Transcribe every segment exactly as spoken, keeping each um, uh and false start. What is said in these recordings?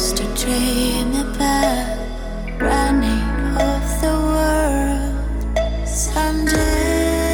used to dream about running off the world someday.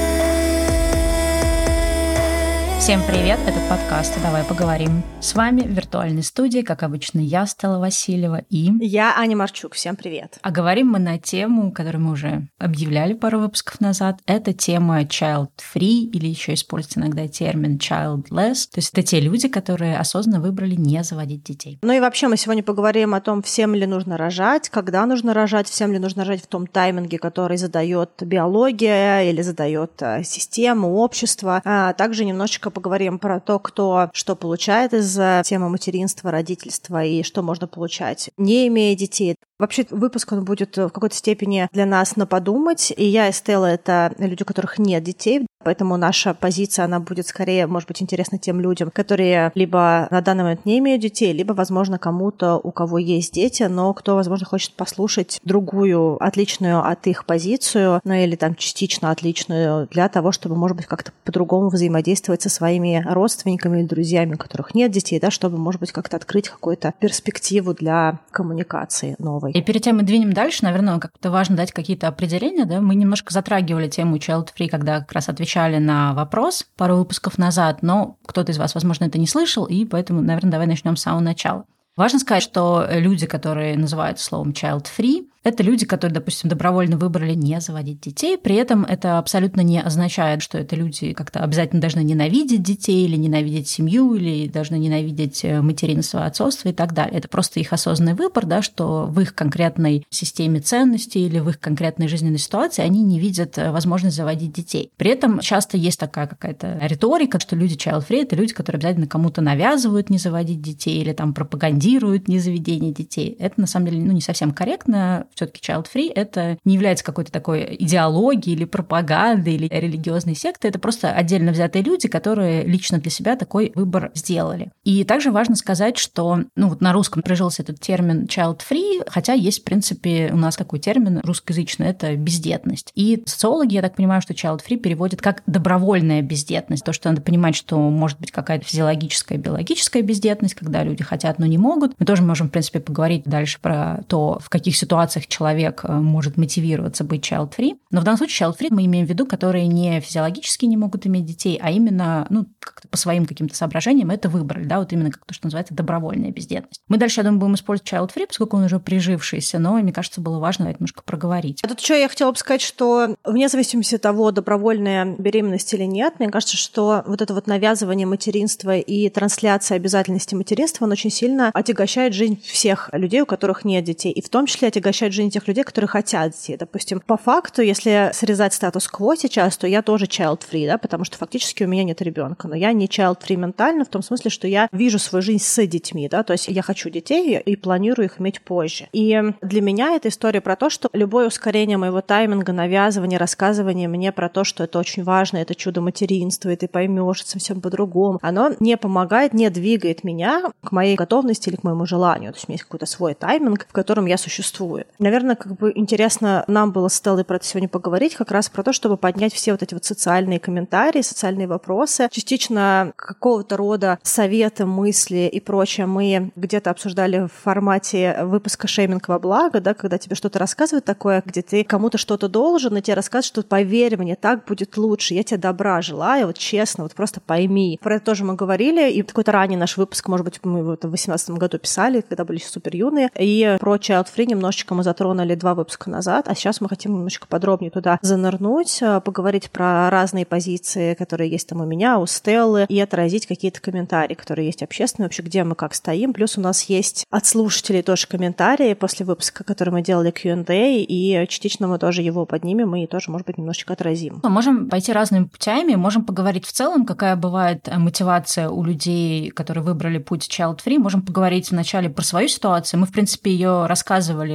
Всем привет, это подкаст «Давай поговорим». С вами в виртуальной студии, как обычно, я, Стелла Васильева, и... Я, Аня Марчук. Всем привет. А говорим мы на тему, которую мы уже объявляли пару выпусков назад. Это тема child-free, или еще используется иногда термин childless. То есть это те люди, которые осознанно выбрали не заводить детей. Ну и вообще мы сегодня поговорим о том, всем ли нужно рожать, когда нужно рожать, всем ли нужно рожать в том тайминге, который задает биология или задает система, общество. А также немножечко поговорим про то, кто что получает из темы материнства, родительства и что можно получать, не имея детей. Вообще выпуск он будет в какой-то степени для нас на подумать. И я, и Стелла — это люди, у которых нет детей. Поэтому наша позиция, она будет скорее, может быть, интересна тем людям, которые либо на данный момент не имеют детей, либо, возможно, кому-то, у кого есть дети, но кто, возможно, хочет послушать другую, отличную от их позицию, ну или там частично отличную, для того, чтобы, может быть, как-то по-другому взаимодействовать со своими родственниками или друзьями, у которых нет детей, да, чтобы, может быть, как-то открыть какую-то перспективу для коммуникации новой. И перед тем мы двинем дальше, наверное, как-то важно дать какие-то определения, да, мы немножко затрагивали тему child-free, когда как раз отвечали на вопрос пару выпусков назад, но кто-то из вас, возможно, это не слышал, и поэтому, наверное, давай начнем с самого начала. Важно сказать, что люди, которые называются словом child-free, это люди, которые, допустим, добровольно выбрали не заводить детей. При этом это абсолютно не означает, что это люди как-то обязательно должны ненавидеть детей или ненавидеть семью, или должны ненавидеть материнство, отцовство и так далее. Это просто их осознанный выбор, да, что в их конкретной системе ценностей или в их конкретной жизненной ситуации они не видят возможность заводить детей. При этом часто есть такая какая-то риторика, что люди child-free — это люди, которые обязательно кому-то навязывают не заводить детей или там пропагандируют незаведение детей. Это на самом деле ну, не совсем корректно. Все-таки child-free это не является какой-то такой идеологией или пропагандой или религиозной сектой. Это просто отдельно взятые люди, которые лично для себя такой выбор сделали. И также важно сказать, что ну, вот на русском прижился этот термин child-free, хотя есть, в принципе, у нас такой термин русскоязычный – это бездетность. И социологи, я так понимаю, что child-free переводят как добровольная бездетность. То, что надо понимать, что может быть какая-то физиологическая, биологическая бездетность, когда люди хотят, но не могут. Мы тоже можем, в принципе, поговорить дальше про то, в каких ситуациях человек может мотивироваться быть child-free. Но в данном случае child-free мы имеем в виду, которые не физиологически не могут иметь детей, а именно ну, как-то по своим каким-то соображениям это выбрали. Да, вот именно как то, что называется добровольная бездетность. Мы дальше, я думаю, будем использовать child-free, поскольку он уже прижившийся, но, мне кажется, было важно это немножко проговорить. А тут еще я хотела бы сказать, что вне зависимости от того, добровольная беременность или нет, мне кажется, что вот это вот навязывание материнства и трансляция обязательности материнства, он очень сильно отягощает жизнь всех людей, у которых нет детей, и в том числе отягощает жизнь тех людей, которые хотят детей. Допустим, по факту, если срезать статус-кво сейчас, то я тоже child-free, да, потому что фактически у меня нет ребенка, но я не child-free ментально в том смысле, что я вижу свою жизнь с детьми, да, то есть я хочу детей и планирую их иметь позже. И для меня эта история про то, что любое ускорение моего тайминга, навязывание, рассказывание мне про то, что это очень важно, это чудо материнства, и ты поймешь, это совсем по-другому, оно не помогает, не двигает меня к моей готовности или к моему желанию. То есть у меня есть какой-то свой тайминг, в котором я существую. Наверное, как бы интересно нам было с Стеллой про это сегодня поговорить, как раз про то, чтобы поднять все вот эти вот социальные комментарии, социальные вопросы. Частично какого-то рода советы, мысли и прочее мы где-то обсуждали в формате выпуска «Шейминг во благо», да, когда тебе что-то рассказывают такое, где ты кому-то что-то должен, и тебе рассказывают, что поверь мне, так будет лучше, я тебе добра желаю, вот честно, вот просто пойми. Про это тоже мы говорили, и какой-то ранний наш выпуск, может быть, мы его в восемнадцатом году писали, когда были супер юные, и про child-free немножечко мы затронули два выпуска назад, а сейчас мы хотим немножечко подробнее туда занырнуть, поговорить про разные позиции, которые есть там у меня, у Стеллы, и отразить какие-то комментарии, которые есть общественные, вообще где мы как стоим. Плюс у нас есть от слушателей тоже комментарии после выпуска, который мы делали кью энд эй, и частично мы тоже его поднимем и тоже, может быть, немножечко отразим. Мы можем пойти разными путями, можем поговорить в целом, какая бывает мотивация у людей, которые выбрали путь child-free. Можем поговорить вначале про свою ситуацию. Мы, в принципе, ее рассказывали в выпуске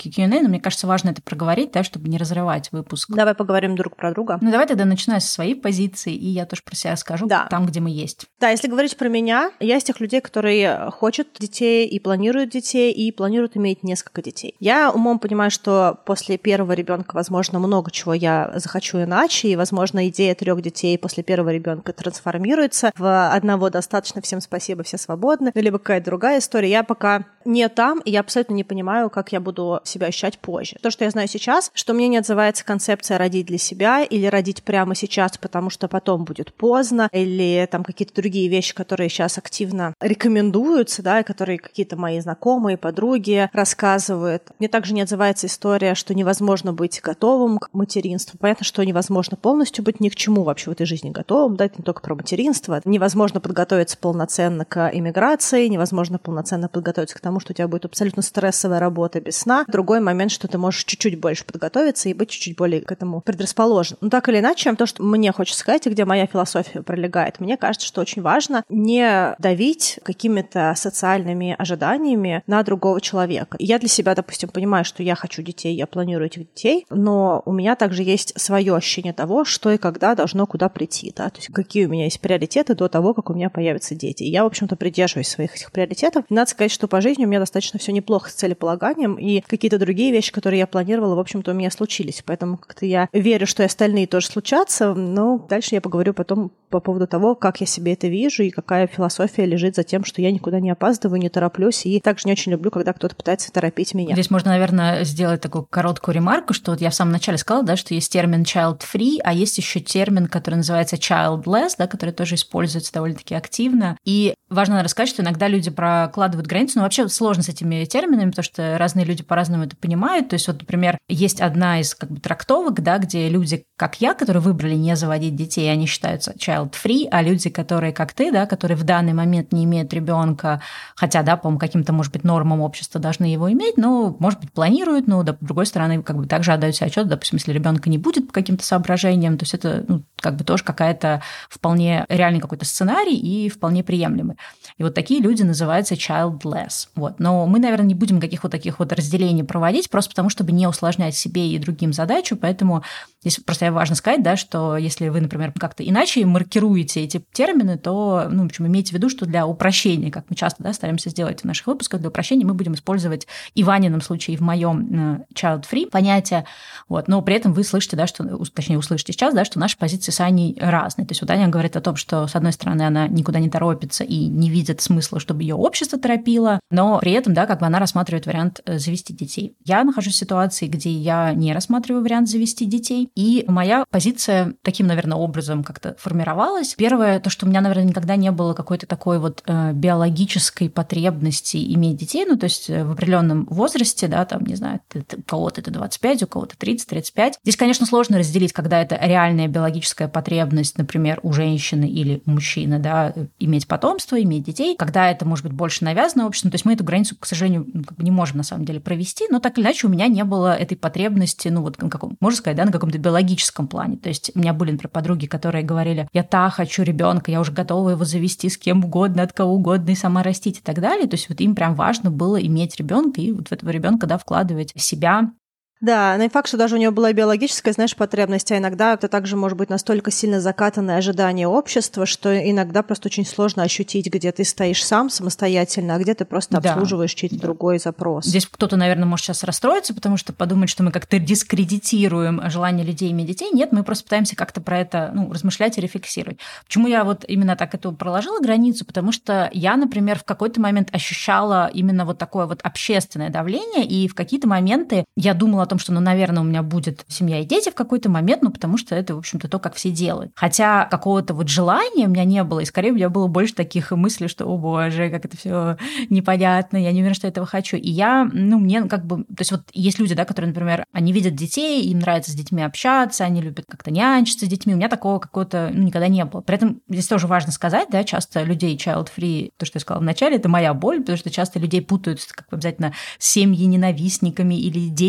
выпуске кью энд эй, но мне кажется, важно это проговорить, да, чтобы не разрывать выпуск. Давай поговорим друг про друга. Ну, давай тогда начинаю со своей позиции, и я тоже про себя скажу, да. там, где мы есть. Да, если говорить про меня, я из тех людей, которые хотят детей и планируют детей, и планируют иметь несколько детей. Я умом понимаю, что после первого ребенка, возможно, много чего я захочу иначе, и, возможно, идея трех детей после первого ребенка трансформируется в одного достаточно, всем спасибо, все свободны, либо какая-то другая история. Я пока не там, и я абсолютно не понимаю, как я буду себя ощущать позже. То, что я знаю сейчас, что мне не отзывается концепция родить для себя или родить прямо сейчас, потому что потом будет поздно, или там какие-то другие вещи, которые сейчас активно рекомендуются, да, и которые какие-то мои знакомые, подруги рассказывают. Мне также не отзывается история, что невозможно быть готовым к материнству. Понятно, что невозможно полностью быть ни к чему вообще в этой жизни готовым, да, это не только про материнство. Невозможно подготовиться полноценно к иммиграции, невозможно полноценно подготовиться к тому, что у тебя будет абсолютно стрессовая работа без сна. Другой момент, что ты можешь чуть-чуть больше подготовиться и быть чуть-чуть более к этому предрасположен. Но так или иначе, то, что мне хочется сказать, и где моя философия пролегает, мне кажется, что очень важно не давить какими-то социальными ожиданиями на другого человека. Я для себя, допустим, понимаю, что я хочу детей, я планирую этих детей, но у меня также есть свое ощущение того, что и когда должно куда прийти, да, то есть какие у меня есть приоритеты до того, как у меня появятся дети. И я, в общем-то, придерживаюсь своих этих приоритетов. И надо сказать, что по жизни у меня достаточно все неплохо с целеполаганием, и какие-то другие вещи, которые я планировала, в общем-то, у меня случились. Поэтому как-то я верю, что и остальные тоже случатся, но дальше я поговорю потом по поводу того, как я себе это вижу и какая философия лежит за тем, что я никуда не опаздываю, не тороплюсь, и также не очень люблю, когда кто-то пытается торопить меня. Здесь можно, наверное, сделать такую короткую ремарку, что вот я в самом начале сказала, да, что есть термин child-free, а есть еще термин, который называется childless, да, который тоже используется довольно-таки активно. И важно, наверное, сказать, что иногда люди прокладывают границу, но вообще сложно с этими терминами, потому что разные люди по-разному это понимают. То есть вот, например, есть одна из как бы трактовок, да, где люди, как я, которые выбрали не заводить детей, они считаются child-free, а люди, которые, как ты, да, которые в данный момент не имеют ребенка, хотя, да, по-моему, каким-то, может быть, нормам общества должны его иметь, но, может быть, планируют, но, да, с другой стороны, как бы также отдают себе отчет, допустим, если ребенка не будет по каким-то соображениям, то есть это, ну, как бы тоже какая-то вполне реальный какой-то сценарий и вполне приемлемый. И вот такие люди называются childless. Вот. Но мы, наверное, не будем каких вот таких вот разделений проводить, просто потому, чтобы не усложнять себе и другим задачу, поэтому здесь просто важно сказать, да, что если вы, например, как-то иначе маркируете эти термины, то, ну, в общем, имейте в виду, что для упрощения, как мы часто, да, стараемся сделать в наших выпусках, для упрощения мы будем использовать и в Ванином случае, и в моем child-free понятие, вот, но при этом вы слышите, да, что, точнее, услышите сейчас, да, что наши позиции с Аней разные. То есть вот Аня говорит о том, что, с одной стороны, она никуда не торопится и не видит смысла, чтобы ее общество торопило, но при этом, да, как бы она рассматривает вариант завести детей. Я нахожусь в ситуации, где я не рассматриваю вариант завести детей, и моя позиция таким, наверное, образом как-то формировалась. Первое, то, что у меня, наверное, никогда не было какой-то такой вот э, биологической потребности иметь детей, ну, то есть в определенном возрасте, да, там, не знаю, у кого-то это двадцать пять, у кого-то тридцать, тридцать пять. Здесь, конечно, сложно разделить, когда это реальная биологическая потребность, например, у женщины или у мужчины, да, иметь потомство, иметь детей, когда это может быть больше навязано обществом. То есть мы эту границу, к сожалению, как бы не можем на самом деле провести, но так или иначе у меня не было этой потребности, ну, вот, на каком, можно сказать, да, на каком-то биологическом плане. То есть у меня были, например, подруги, которые говорили: я так хочу ребенка, я уже готова его завести с кем угодно, от кого угодно и сама растить и так далее. То есть вот им прям важно было иметь ребенка и вот в этого ребенка, да, вкладывать себя. Да, но и факт, что даже у него была биологическая, знаешь, потребность, а иногда это также может быть настолько сильно закатанное ожидание общества, что иногда просто очень сложно ощутить, где ты стоишь сам самостоятельно, а где ты просто да. обслуживаешь чей-то да. другой запрос. Здесь кто-то, наверное, может сейчас расстроиться, потому что подумать, что мы как-то дискредитируем желание людей иметь детей. Нет, мы просто пытаемся как-то про это, ну, размышлять и рефлексировать. Почему я вот именно так эту проложила границу? Потому что я, например, в какой-то момент ощущала именно вот такое вот общественное давление, и в какие-то моменты я думала о том, что, ну, наверное, у меня будет семья и дети в какой-то момент, ну, потому что это, в общем-то, то, как все делают. Хотя какого-то вот желания у меня не было, и скорее у меня было больше таких мыслей, что, о боже, как это все непонятно, я не уверена, что я этого хочу. И я, ну, мне как бы... То есть вот есть люди, да, которые, например, они видят детей, им нравится с детьми общаться, они любят как-то нянчиться с детьми. У меня такого какого-то, ну, никогда не было. При этом здесь тоже важно сказать, да, часто людей child-free, то, что я сказала вначале, это моя боль, потому что часто людей путают как бы обязательно с семьи-ненавистниками или дети-ненавистниками,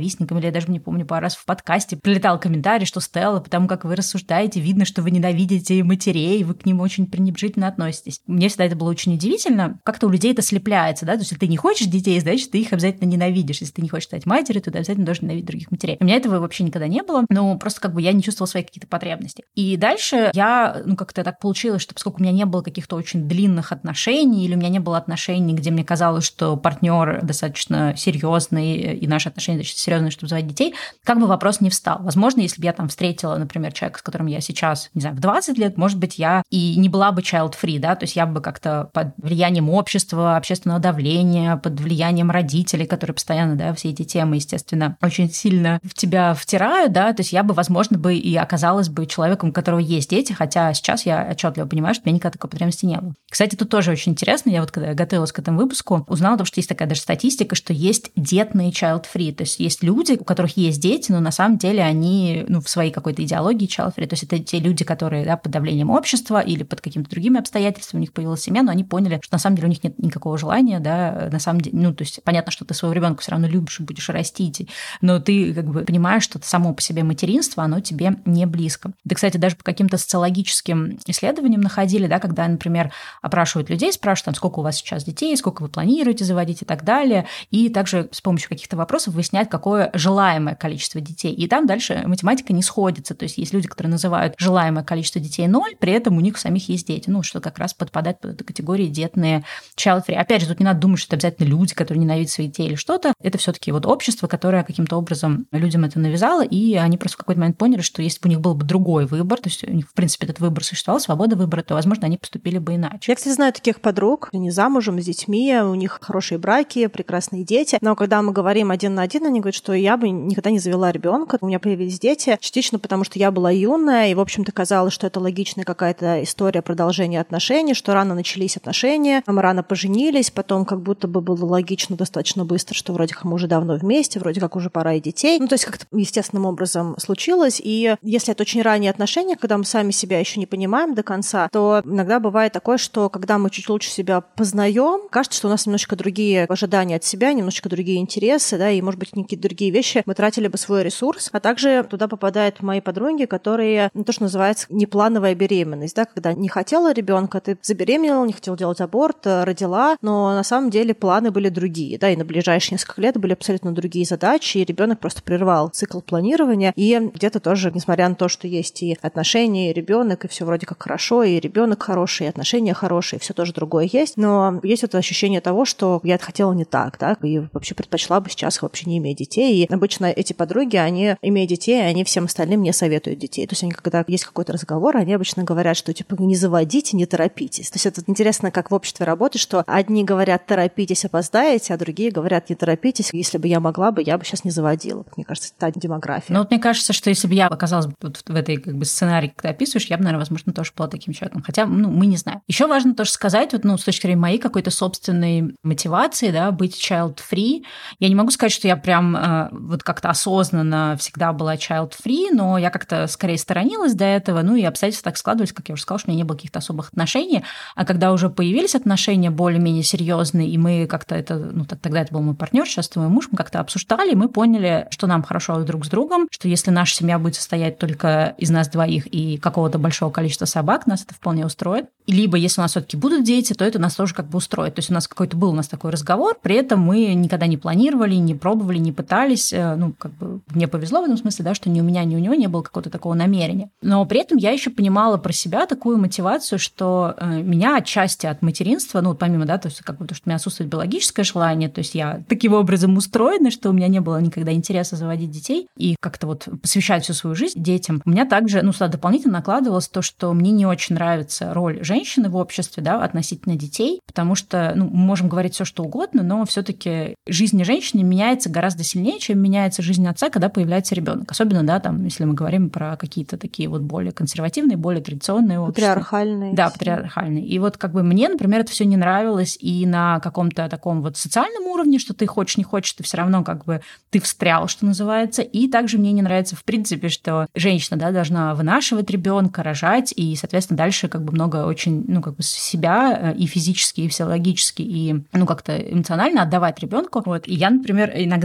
ненавистником, или я даже не помню, пару раз в подкасте прилетал комментарий, что Стелла, потому как вы рассуждаете, видно, что вы ненавидите матерей, вы к ним очень пренебрежительно относитесь. Мне всегда это было очень удивительно. Как-то у людей это слепляется, да, то есть если ты не хочешь детей, значит, ты их обязательно ненавидишь. Если ты не хочешь стать матерью, то ты обязательно должен ненавидеть других матерей. У меня этого вообще никогда не было, но просто как бы я не чувствовала свои какие-то потребности. И дальше я, ну, как-то так получилось, что поскольку у меня не было каких-то очень длинных отношений, или у меня не было отношений, где мне казалось, что партнер достаточно серьезный, и наши отношения достаточно серьезные, чтобы заводить детей, как бы вопрос не встал. Возможно, если бы я там встретила, например, человека, с которым я сейчас, не знаю, в двадцать лет, может быть, я и не была бы child-free, да, то есть я бы как-то под влиянием общества, общественного давления, под влиянием родителей, которые постоянно, да, все эти темы, естественно, очень сильно в тебя втирают, да, то есть я бы, возможно, бы и оказалась бы человеком, у которого есть дети, хотя сейчас я отчетливо понимаю, что у меня никогда такой потребности не было. Кстати, тут тоже очень интересно, я вот когда готовилась к этому выпуску, узнала, что есть такая даже статистика, что есть детные child-free, то есть есть люди, у которых есть дети, но на самом деле они, ну, в своей какой-то идеологии child-free, то есть это те люди, которые, да, под давлением общества или под какими-то другими обстоятельствами, у них появилась семья, но они поняли, что на самом деле у них нет никакого желания, да, на самом деле, ну, то есть понятно, что ты своего ребенка все равно любишь и будешь растить, но ты как бы понимаешь, что само по себе материнство, оно тебе не близко. Да, кстати, даже по каким-то социологическим исследованиям находили, да, когда, например, опрашивают людей, спрашивают, там, сколько у вас сейчас детей, сколько вы планируете заводить и так далее, и также с помощью каких-то вопросов выяснять, какое желаемое количество детей. И там дальше математика не сходится, то есть есть люди, которые называют желаемое количество детей ноль, при этом у них у самих есть дети, ну, что как раз подпадает под эту категорию детные child-free. Опять же, тут не надо думать, что это обязательно люди, которые ненавидят своих детей или что-то. Это все-таки вот общество, которое каким-то образом людям это навязало, и они просто в какой-то момент поняли, что если бы у них был бы другой выбор, то есть у них, в принципе, этот выбор существовал, свобода выбора, то, возможно, они поступили бы иначе. Я, кстати, знаю таких подруг, они замужем, с детьми, у них хорошие браки, прекрасные дети, но когда мы говорим один на один, они говорят, что я бы никогда не завела ребенка, у меня появились дети, частично потому, что я была юная, и, в общем-то, казалось, что это логичная какая-то история продолжения отношений, что рано начались отношения, мы рано поженились, потом как будто бы было логично достаточно быстро, что вроде как мы уже давно вместе, вроде как уже пора и детей. Ну, то есть как-то естественным образом случилось, и если это очень ранние отношения, когда мы сами себя еще не понимаем до конца, то иногда бывает такое, что когда мы чуть лучше себя познаем, кажется, что у нас немножко другие ожидания от себя, немножечко другие интересы, да, и, может быть, какие-то другие вещи, мы тратили бы свой ресурс, а также туда попадают мои подруги, которые, ну, то, что называется неплановая беременность, да, когда не хотела ребенка, ты забеременела, не хотела делать аборт, родила, но на самом деле планы были другие, да, и на ближайшие несколько лет были абсолютно другие задачи, и ребенок просто прервал цикл планирования, и где-то тоже, несмотря на то, что есть и отношения, и ребенок, и все вроде как хорошо, и ребенок хороший, и отношения хорошие, все тоже другое есть, но есть это ощущение того, что я это хотела не так, да, и вообще предпочла бы сейчас вообще не иметь детей, и обычно эти подруги, они, имея детей, они всем остальным не советуют детей, то есть они, когда есть какой-то разговор, они обычно говорят, что типа не заводите, не торопитесь, то есть это интересно, как в обществе работает, что одни говорят торопитесь, опоздаете, а другие говорят не торопитесь, если бы я могла бы, я бы сейчас не заводила. Мне кажется, это демография. Ну вот мне кажется, что если бы я оказалась вот в этой как бы сценарии, когда описываешь, я бы, наверное, возможно, тоже была таким человеком. Хотя, ну, мы не знаем. Еще важно тоже сказать, вот, ну, с точки зрения моей какой-то собственной мотивации, да, быть child-free. Я не могу сказать, что я прям э, вот как-то осознанно всегда была child-free, но я как-то скорее сторонилась до этого, ну, и обстоятельства так складывались, как я уже сказала, что у меня не было каких-то особых отношений, а когда уже появились отношения более-менее серьезные, и мы как-то это, ну, тогда это был мой партнер, сейчас это мой муж, мы как-то обсуждали, мы поняли, что нам хорошо друг с другом, что если наша семья будет состоять только из нас двоих и какого-то большого количества собак, нас это вполне устроит. Либо если у нас все-таки будут дети, то это нас тоже как бы устроит. То есть у нас какой-то был у нас такой разговор, при этом мы никогда не планировали, не пробовали, не пытались. Ну, как бы мне повезло в этом смысле, да, что ни у меня, ни у него не было какого-то такого намерения. Но при этом я еще понимала про себя такую мотивацию, что меня отчасти от материнства, ну, помимо, да, то есть как бы то, что у меня отсутствует биологическое желание, то есть я таким образом устроена, что у меня не было никогда интереса заводить детей и как-то вот посвящать всю свою жизнь детям. У меня также, ну, сюда дополнительно накладывалось то, что мне не очень нравится роль женщины в обществе, да, относительно детей, потому что, ну, мы можем говорить все что угодно, но все-таки жизнь женщины меняется гораздо сильнее, чем меняется жизнь отца, когда появляется ребенок. Особенно, да, там, если мы говорим про какие-то такие вот более консервативные, более традиционные общества. Патриархальные. Да, патриархальные. И вот как бы мне, например, это все не нравилось, и на каком-то таком вот социальном уровне, что ты хочешь, не хочешь, ты все равно как бы ты встрял, что называется. И также мне не нравится в принципе, что женщина, да, должна вынашивать ребенка, рожать, и, соответственно, дальше как бы много очень, ну, как бы себя и физически, и психологически, и, ну, как-то эмоционально отдавать ребенку. Вот. И я, например, иногда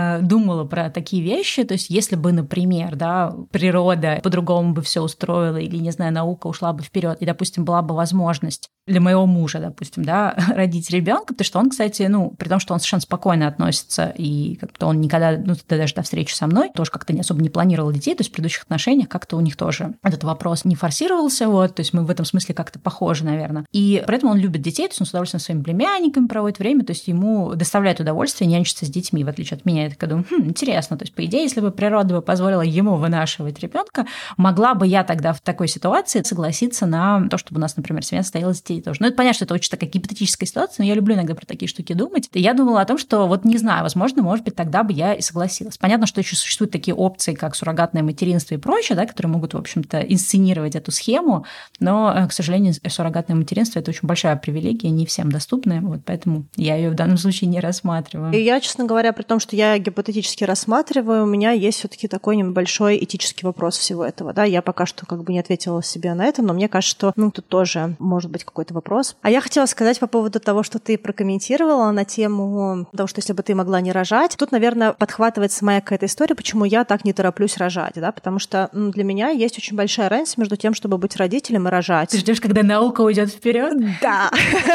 э, думала про такие вещи, то есть если бы, например, да, природа по-другому бы все устроила, или, не знаю, наука ушла бы вперед, и, допустим, была бы возможность для моего мужа, допустим, да, родить ребенка, потому что он, кстати, ну, при том, что он совершенно спокойно относится, и как-то он никогда, ну, даже до встречи со мной, тоже как-то не особо не планировал детей, то есть в предыдущих отношениях как-то у них тоже этот вопрос не форсировался, вот, то есть мы в этом смысле как-то похожи, наверное. И поэтому он любит детей, то есть он с удовольствием со своими племянниками проводит время, то есть ему доставляет удовольствие нянчиться с детьми, в отличие от меня. Я такая думаю, хм, интересно, то есть, по идее, если бы природа бы позволила ему вынашивать ребенка, могла бы я тогда в такой ситуации согласиться на то, чтобы у нас, например, семья состояла из детей тоже. Ну, это понятно, что это очень такая гипотетическая ситуация, но я люблю иногда про такие штуки думать. И я думала о том, что вот не знаю, возможно, может быть, тогда бы я и согласилась. Понятно, что еще существуют такие опции, как суррогатное материнство и прочее, да, которые могут, в общем-то, инсценировать эту схему, но, к сожалению, суррогатное материнство – это очень большая привилегия, не всем доступная, вот поэтому я ее в данном случае не рассматриваю. И я, честно говоря, при том, что я гипотетически рассматриваю, у меня есть все-таки такой небольшой этический вопрос всего этого. Да? Я пока что как бы не ответила себе на это, но мне кажется, что ну, тут тоже может быть какой-то вопрос. А я хотела сказать по поводу того, что ты прокомментировала на тему того, что если бы ты могла не рожать. Тут, наверное, подхватывается моя какая-то история, почему я так не тороплюсь рожать, да? Потому что ну, для меня есть очень большая разница между тем, чтобы быть родителем и рожать. Ты ждешь, когда наука уйдет вперед? Да.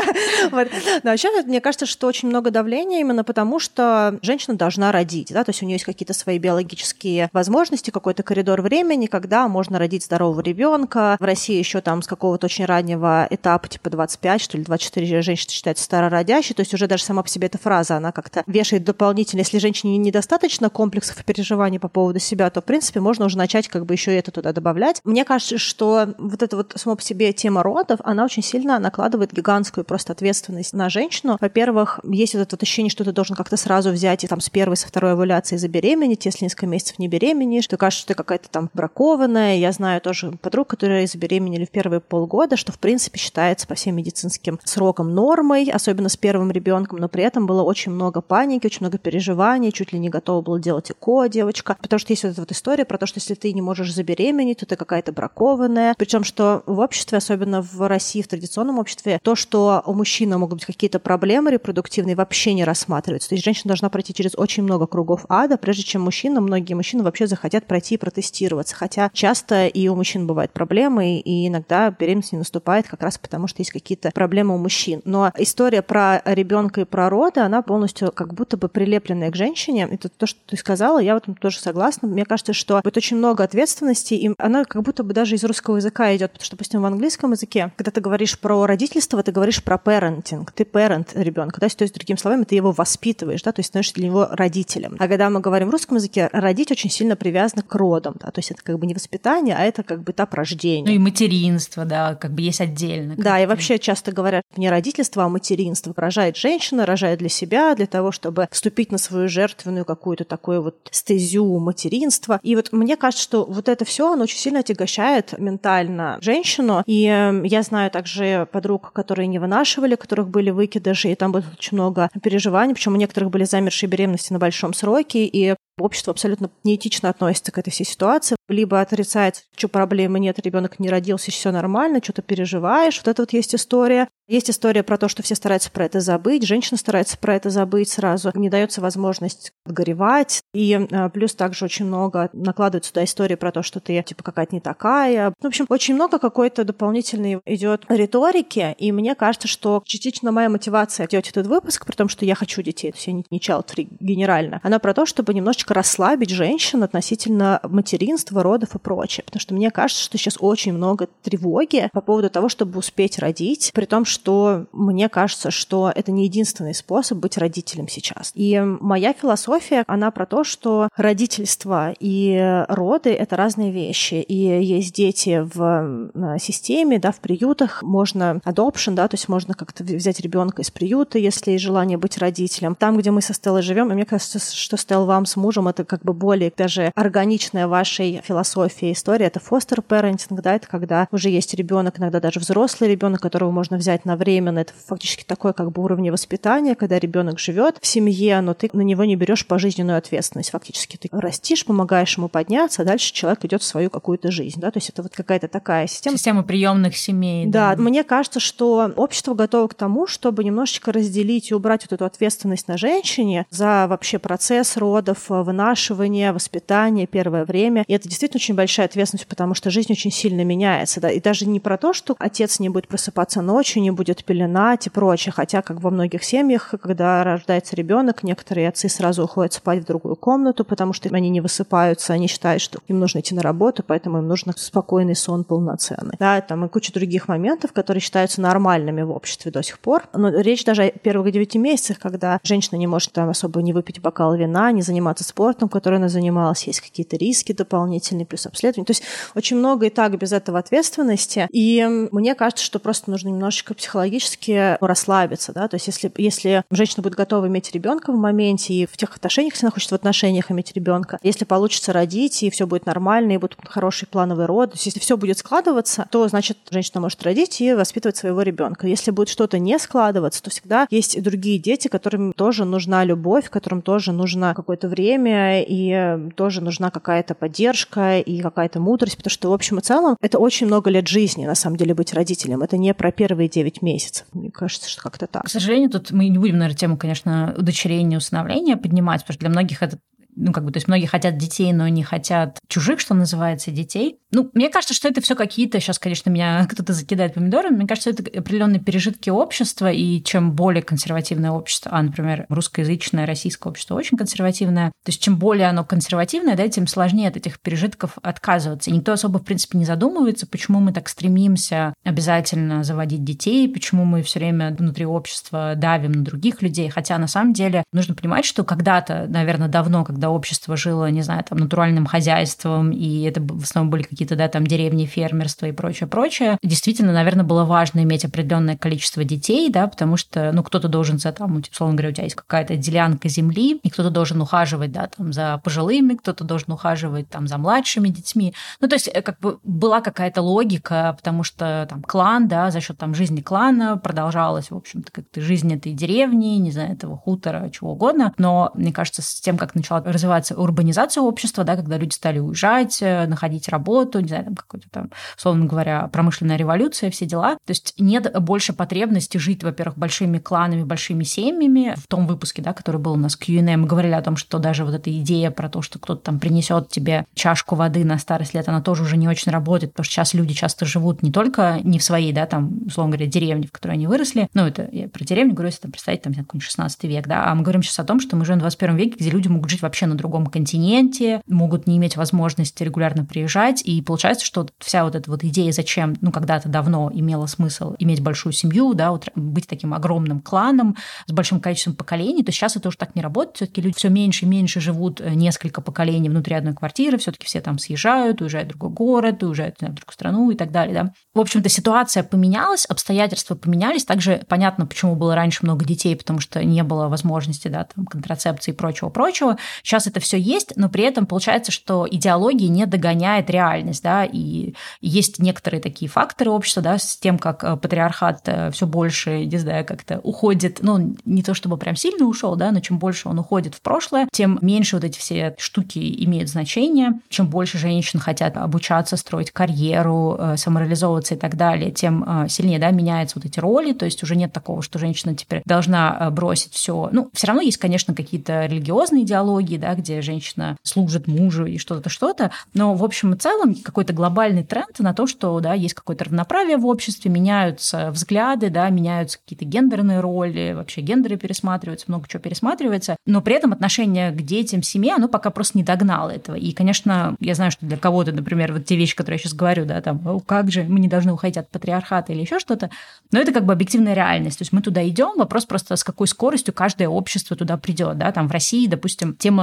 Но вообще, мне кажется, что очень много давления именно потому, что женщина должна родить, да, то есть у нее есть какие-то свои биологические возможности, какой-то коридор времени, когда можно родить здорового ребенка. В России еще там с какого-то очень раннего этапа, типа двадцать пять, что ли, двадцать четыре женщины считаются старородящей, то есть уже даже сама по себе эта фраза, она как-то вешает дополнительно, если женщине недостаточно комплексов и переживаний по поводу себя, то, в принципе, можно уже начать как бы еще это туда добавлять. Мне кажется, что вот эта вот сама по себе тема родов, она очень сильно накладывает гигантскую просто ответственность на женщину. Во-первых, есть вот это вот ощущение, что ты должен как-то сразу взять и там с первой, со второй овуляции забеременеть, если несколько месяцев не беременеешь, то кажется, что ты какая-то там бракованная. Я знаю тоже подруг, которые забеременели в первые полгода, что, в принципе, считается по всем медицинским срокам нормой, особенно с первым ребенком, но при этом было очень много паники, очень много переживаний, чуть ли не готова была делать ЭКО девочка, потому что есть вот эта вот история про то, что если ты не можешь забеременеть, то ты какая-то бракованная. Причем, что в обществе, особенно в России, в традиционном обществе, то, что у мужчины могут быть какие-то проблемы репродуктивные, вообще не рассматривается. То есть женщина должна пройти через очень много кругов ада, прежде чем мужчина, многие мужчины вообще захотят пройти и протестироваться. Хотя часто и у мужчин бывают проблемы, и иногда беременность не наступает как раз потому, что есть какие-то проблемы у мужчин. Но история про ребенка и про роды, она полностью как будто бы прилепленная к женщине. Это то, что ты сказала, я в этом тоже согласна. Мне кажется, что будет очень много ответственности, и она как будто бы даже из русского языка идет, потому что, допустим, в английском языке, когда ты говоришь про родительство, ты говоришь про parenting, ты parent ребенка, да, то есть, другими словами, ты его воспитываешь, да, то есть становишься для него родителем. А когда мы говорим в русском языке, родить очень сильно привязано к родам, да, то есть это как бы не воспитание, а это как бы этап рождения. Ну и материнство, да, как бы есть отдельно. Да, и вообще часто говорят не родительство, а материнство. Рожает женщина, рожает для себя, для того, чтобы вступить на свою жертвенную какую-то такую вот стезю материнства. И вот мне кажется, что вот это все, оно очень сильно отягощает ментально женщину. И я знаю также подруг, которые не вынашивали, у которых были выкидыши, и там было очень много переживаний, причем у некоторых были замершие беременности на большом сроке, и общество абсолютно неэтично относится к этой всей ситуации. Либо отрицается, что проблемы нет, ребенок не родился, все нормально, что-то переживаешь. Вот это вот есть история. Есть история про то, что все стараются про это забыть, женщина старается про это забыть сразу, не дается возможность отгоревать. И плюс также очень много накладывается туда истории про то, что ты типа какая-то не такая. В общем, очень много какой-то дополнительной идет риторики, и мне кажется, что частично моя мотивация делать этот выпуск, при том, что я хочу детей, то есть я не, не child-free генерально, она про то, чтобы немножечко расслабить женщин относительно материнства, родов и прочее. Потому что мне кажется, что сейчас очень много тревоги по поводу того, чтобы успеть родить, при том, что мне кажется, что это не единственный способ быть родителем сейчас. И моя философия, она про то, что родительство и роды — это разные вещи. И есть дети в системе, да, в приютах, можно adoption, да, то есть можно как-то взять ребенка из приюта, если есть желание быть родителем. Там, где мы со Стеллой живем, и мне кажется, что Стелла, вам с мужем предположим, это как бы более даже органичная вашей философии история, это foster parenting, да, это когда уже есть ребенок, иногда даже взрослый ребенок, которого можно взять на временно, это фактически такое как бы уровень воспитания, когда ребенок живет в семье, но ты на него не берешь пожизненную ответственность. Фактически ты растишь, помогаешь ему подняться, а дальше человек идет в свою какую-то жизнь, да, то есть это вот какая-то такая система. Система приемных семей. Да, да, мне кажется, что общество готово к тому, чтобы немножечко разделить и убрать вот эту ответственность на женщине за вообще процесс родов, вынашивания, воспитания первое время. И это действительно очень большая ответственность, потому что жизнь очень сильно меняется, да, и даже не про то, что отец не будет просыпаться ночью, не будет пеленать и прочее, хотя как во многих семьях, когда рождается ребенок, некоторые отцы сразу уходят спать в другую комнату, потому что они не высыпаются, они считают, что им нужно идти на работу, поэтому им нужно спокойный сон полноценный. Да, там и куча других моментов, которые считаются нормальными в обществе до сих пор. Но речь даже о первых девяти месяцах, когда женщина не может там особо не выпить бокал вина, не заниматься спортом, которым она занималась, есть какие-то риски дополнительные, плюс обследования. То есть очень много и так без этого ответственности. И мне кажется, что просто нужно немножечко психологически расслабиться. Да? То есть если, если женщина будет готова иметь ребенка в моменте и в тех отношениях, если она хочет в отношениях иметь ребенка, если получится родить, и все будет нормально, и будут хороший плановый род, то есть если все будет складываться, то, значит, женщина может родить и воспитывать своего ребенка. Если будет что-то не складываться, то всегда есть и другие дети, которым тоже нужна любовь, которым тоже нужно какое-то время, и тоже нужна какая-то поддержка и какая-то мудрость, потому что, в общем и целом, это очень много лет жизни, на самом деле, быть родителем. Это не про первые девять месяцев. Мне кажется, что как-то так. К сожалению, тут мы не будем, наверное, тему, конечно, удочерения, усыновления поднимать, потому что для многих это ну, как бы, то есть многие хотят детей, но не хотят чужих, что называется, детей. Ну, мне кажется, что это все какие-то, сейчас, конечно, меня кто-то закидает помидорами, мне кажется, это определенные пережитки общества, и чем более консервативное общество, а, например, русскоязычное, российское общество очень консервативное, то есть чем более оно консервативное, да, тем сложнее от этих пережитков отказываться. И никто особо, в принципе, не задумывается, почему мы так стремимся обязательно заводить детей, почему мы все время внутри общества давим на других людей, хотя на самом деле нужно понимать, что когда-то, наверное, давно, когда общество жило, не знаю, там, натуральным хозяйством, и это в основном были какие-то, да, там, деревни, фермерство и прочее, прочее. Действительно, наверное, было важно иметь определенное количество детей, да, потому что, ну, кто-то должен за, там, условно говоря, у тебя есть какая-то делянка земли, и кто-то должен ухаживать, да, там, за пожилыми, кто-то должен ухаживать, там, за младшими детьми. Ну, то есть, как бы была какая-то логика, потому что, там, клан, да, за счет, там, жизни клана продолжалась, в общем-то, как-то жизнь этой деревни, не знаю, этого хутора, чего угодно. Но, мне кажется, с тем, как начала развиваться урбанизация общества, да, когда люди стали уезжать, находить работу, не знаю, там какой-то там, условно говоря, промышленная революция, все дела. То есть нет больше потребности жить, во-первых, большими кланами, большими семьями. В том выпуске, да, который был у нас кью энд эй, мы говорили о том, что даже вот эта идея про то, что кто-то там принесет тебе чашку воды на старость лет, она тоже уже не очень работает, потому что сейчас люди часто живут не только не в своей, да, там, условно говоря, деревне, в которой они выросли, ну, это я про деревню говорю, если там представить, там, какой-нибудь шестнадцатый век, да, а мы говорим сейчас о том, что мы живем в двадцать первом веке, где люди могут жить вообще на другом континенте, могут не иметь возможности регулярно приезжать, и получается, что вся вот эта вот идея, зачем, ну, когда-то давно имело смысл иметь большую семью, да, вот быть таким огромным кланом с большим количеством поколений, то сейчас это уже так не работает, все-таки люди все меньше и меньше живут несколько поколений внутри одной квартиры, все-таки все там съезжают, уезжают в другой город, уезжают в другую страну и так далее, да. В общем-то, ситуация поменялась, обстоятельства поменялись, также понятно, почему было раньше много детей, потому что не было возможности, да, там, контрацепции и прочего-прочего. Сейчас это все есть, но при этом получается, что идеология не догоняет реальность, да, и есть некоторые такие факторы общества, да, с тем, как патриархат все больше, не знаю, как-то уходит, ну, не то чтобы прям сильно ушел, да, но чем больше он уходит в прошлое, тем меньше вот эти все штуки имеют значение, чем больше женщин хотят обучаться, строить карьеру, самореализовываться и так далее, тем сильнее, да, меняются вот эти роли, то есть уже нет такого, что женщина теперь должна бросить все. Ну, все равно есть, конечно, какие-то религиозные идеологии, да, где женщина служит мужу и что-то, что-то, но в общем и целом какой-то глобальный тренд на то, что, да, есть какое-то равноправие в обществе, меняются взгляды, да, меняются какие-то гендерные роли, вообще гендеры пересматриваются, много чего пересматривается, но при этом отношение к детям, семье, оно пока просто не догнало этого. И, конечно, я знаю, что для кого-то, например, вот те вещи, которые я сейчас говорю, да, там, о, как же, мы не должны уходить от патриархата или еще что-то, но это как бы объективная реальность. То есть мы туда идем, вопрос просто, с какой скоростью каждое общество туда придет, да, там в России, допустим, тема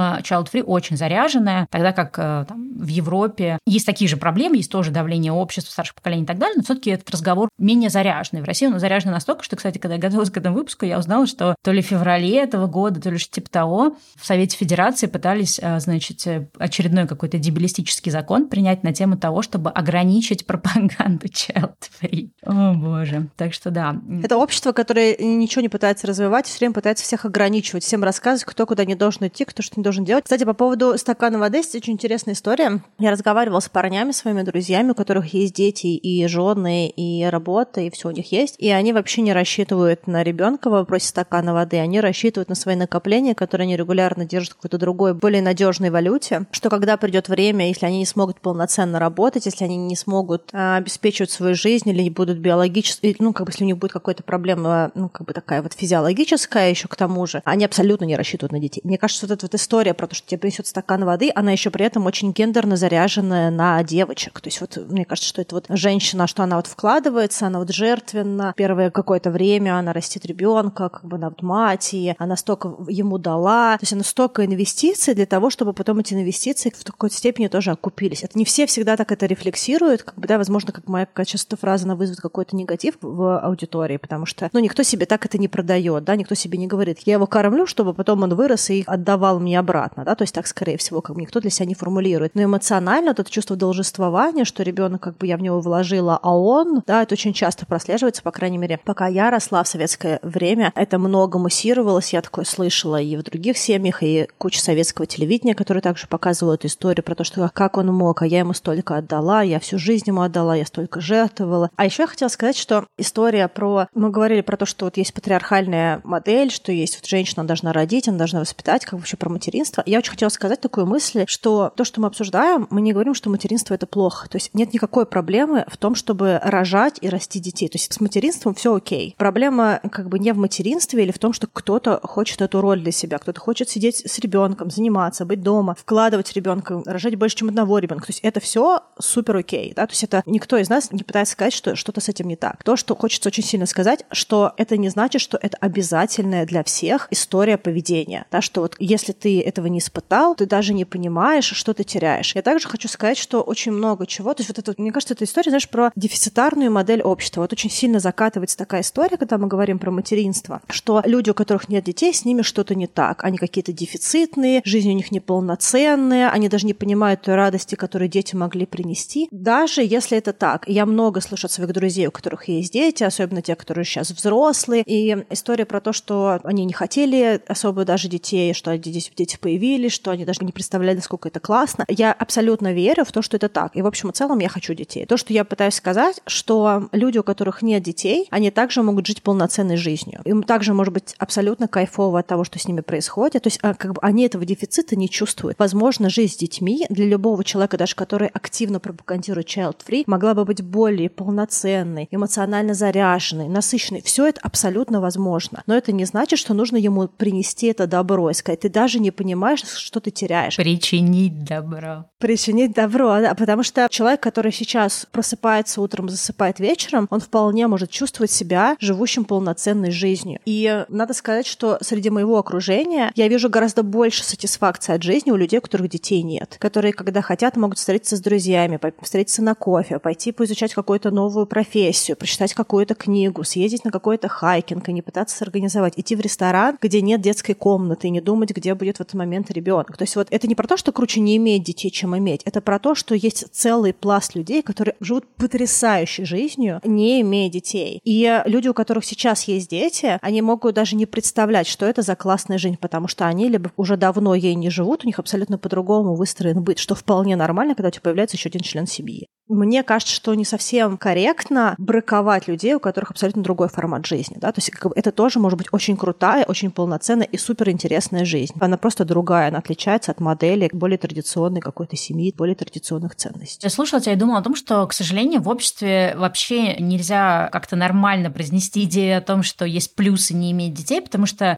общество child-free очень заряженное, тогда как там, в Европе есть такие же проблемы, есть тоже давление общества, старших поколений и так далее, но все-таки этот разговор менее заряженный. В России он заряжен настолько, что, кстати, когда я готовилась к этому выпуску, я узнала, что то ли в феврале этого года, то ли что-то типа того, в Совете Федерации пытались, значит, очередной какой-то дебилистический закон принять на тему того, чтобы ограничить пропаганду child-free. О, боже. Так что да. Это общество, которое ничего не пытается развивать, все время пытается всех ограничивать, всем рассказывать, кто куда не должен идти, кто что не должен делать. Кстати, по поводу стакана воды есть очень интересная история. Я разговаривала с парнями, своими друзьями, у которых есть дети и жены, и работа, и все у них есть. И они вообще не рассчитывают на ребенка в вопросе стакана воды, они рассчитывают на свои накопления, которые они регулярно держат в какой-то другой, более надежной валюте, что когда придет время, если они не смогут полноценно работать, если они не смогут а, обеспечивать свою жизнь или не будут биологически, ну, как бы, если у них будет какая-то проблема, ну, как бы такая вот физиологическая еще к тому же, они абсолютно не рассчитывают на детей. Мне кажется, вот эта вот история про то, что тебе принесет стакан воды, она еще при этом очень гендерно заряженная на девочек. То есть вот мне кажется, что это вот женщина, что она вот вкладывается, она вот жертвенна. Первое какое-то время она растит ребенка, как бы она вот мать, и она столько ему дала. То есть она столько инвестиций для того, чтобы потом эти инвестиции в какой-то степени тоже окупились. Это не все всегда так это рефлексируют, как бы, да, возможно, как моя часто фраза, она вызовет какой-то негатив в аудитории, потому что, ну, никто себе так это не продает, да, никто себе не говорит, я его кормлю, чтобы потом он вырос и отдавал мне обратно, да, то есть так, скорее всего, как бы никто для себя не формулирует. Но эмоционально вот это чувство должествования, что ребенок, как бы я в него вложила, а он, да, это очень часто прослеживается, по крайней мере, пока я росла в советское время, это много муссировалось, я такое слышала и в других семьях, и куча советского телевидения, которое также показывало эту историю про то, что как он мог, а я ему столько отдала, я всю жизнь ему отдала, я столько жертвовала. А еще я хотела сказать, что история про... Мы говорили про то, что вот есть патриархальная модель, что есть вот женщина, она должна родить, она должна воспитать, как вообще про материнство. Я очень хотела сказать такую мысль, что то, что мы обсуждаем, мы не говорим, что материнство — это плохо. То есть нет никакой проблемы в том, чтобы рожать и расти детей. То есть с материнством все окей. Проблема как бы не в материнстве или в том, что кто-то хочет эту роль для себя, кто-то хочет сидеть с ребенком, заниматься, быть дома, вкладывать в ребенка, рожать больше, чем одного ребенка. То есть это все супер окей. Да? То есть это никто из нас не пытается сказать, что что-то с этим не так. То, что хочется очень сильно сказать, что это не значит, что это обязательная для всех история поведения. Да? Что вот если ты этого не испытал, ты даже не понимаешь, что ты теряешь. Я также хочу сказать, что очень много чего, то есть вот это, мне кажется, эта история, знаешь, про дефицитарную модель общества. Вот очень сильно закатывается такая история, когда мы говорим про материнство, что люди, у которых нет детей, с ними что-то не так. Они какие-то дефицитные, жизнь у них неполноценная, они даже не понимают той радости, которую дети могли принести. Даже если это так. Я много слышу от своих друзей, у которых есть дети, особенно те, которые сейчас взрослые, и история про то, что они не хотели особо даже детей, что дети, дети появились, что они даже не представляли, насколько это классно. Я абсолютно верю в то, что это так. И, в общем и целом, я хочу детей. То, что я пытаюсь сказать, что люди, у которых нет детей, они также могут жить полноценной жизнью. Им также может быть абсолютно кайфово от того, что с ними происходит. То есть как бы они этого дефицита не чувствуют. Возможно, жизнь с детьми для любого человека, даже который активно пропагандирует child-free, могла бы быть более полноценной, эмоционально заряженной, насыщенной. Все это абсолютно возможно. Но это не значит, что нужно ему принести это добро и сказать, ты даже не понимаешь, что ты теряешь. Причинить добро. Причинить добро, да, потому что человек, который сейчас просыпается утром, засыпает вечером, он вполне может чувствовать себя живущим полноценной жизнью. И надо сказать, что среди моего окружения я вижу гораздо больше сатисфакции от жизни у людей, у которых детей нет, которые, когда хотят, могут встретиться с друзьями, встретиться на кофе, пойти поизучать какую-то новую профессию, прочитать какую-то книгу, съездить на какой-то хайкинг и не пытаться организовать, идти в ресторан, где нет детской комнаты, и не думать, где будет в этот момент ребенок. То есть вот это не про то, что круче не иметь детей, чем иметь, это про то, что есть целый пласт людей, которые живут потрясающей жизнью, не имея детей. И люди, у которых сейчас есть дети, они могут даже не представлять, что это за классная жизнь, потому что они либо уже давно ей не живут, у них абсолютно по-другому выстроен быт, что вполне нормально, когда у тебя появляется еще один член семьи. Мне кажется, что не совсем корректно браковать людей, у которых абсолютно другой формат жизни. Да? То есть как бы, это тоже может быть очень крутая, очень полноценная и суперинтересная жизнь. Она просто другая, она отличается от модели более традиционной какой-то семьи, более традиционных ценностей. Я слушала тебя и думала о том, что, к сожалению, в обществе вообще нельзя как-то нормально произнести идею о том, что есть плюсы не иметь детей, потому что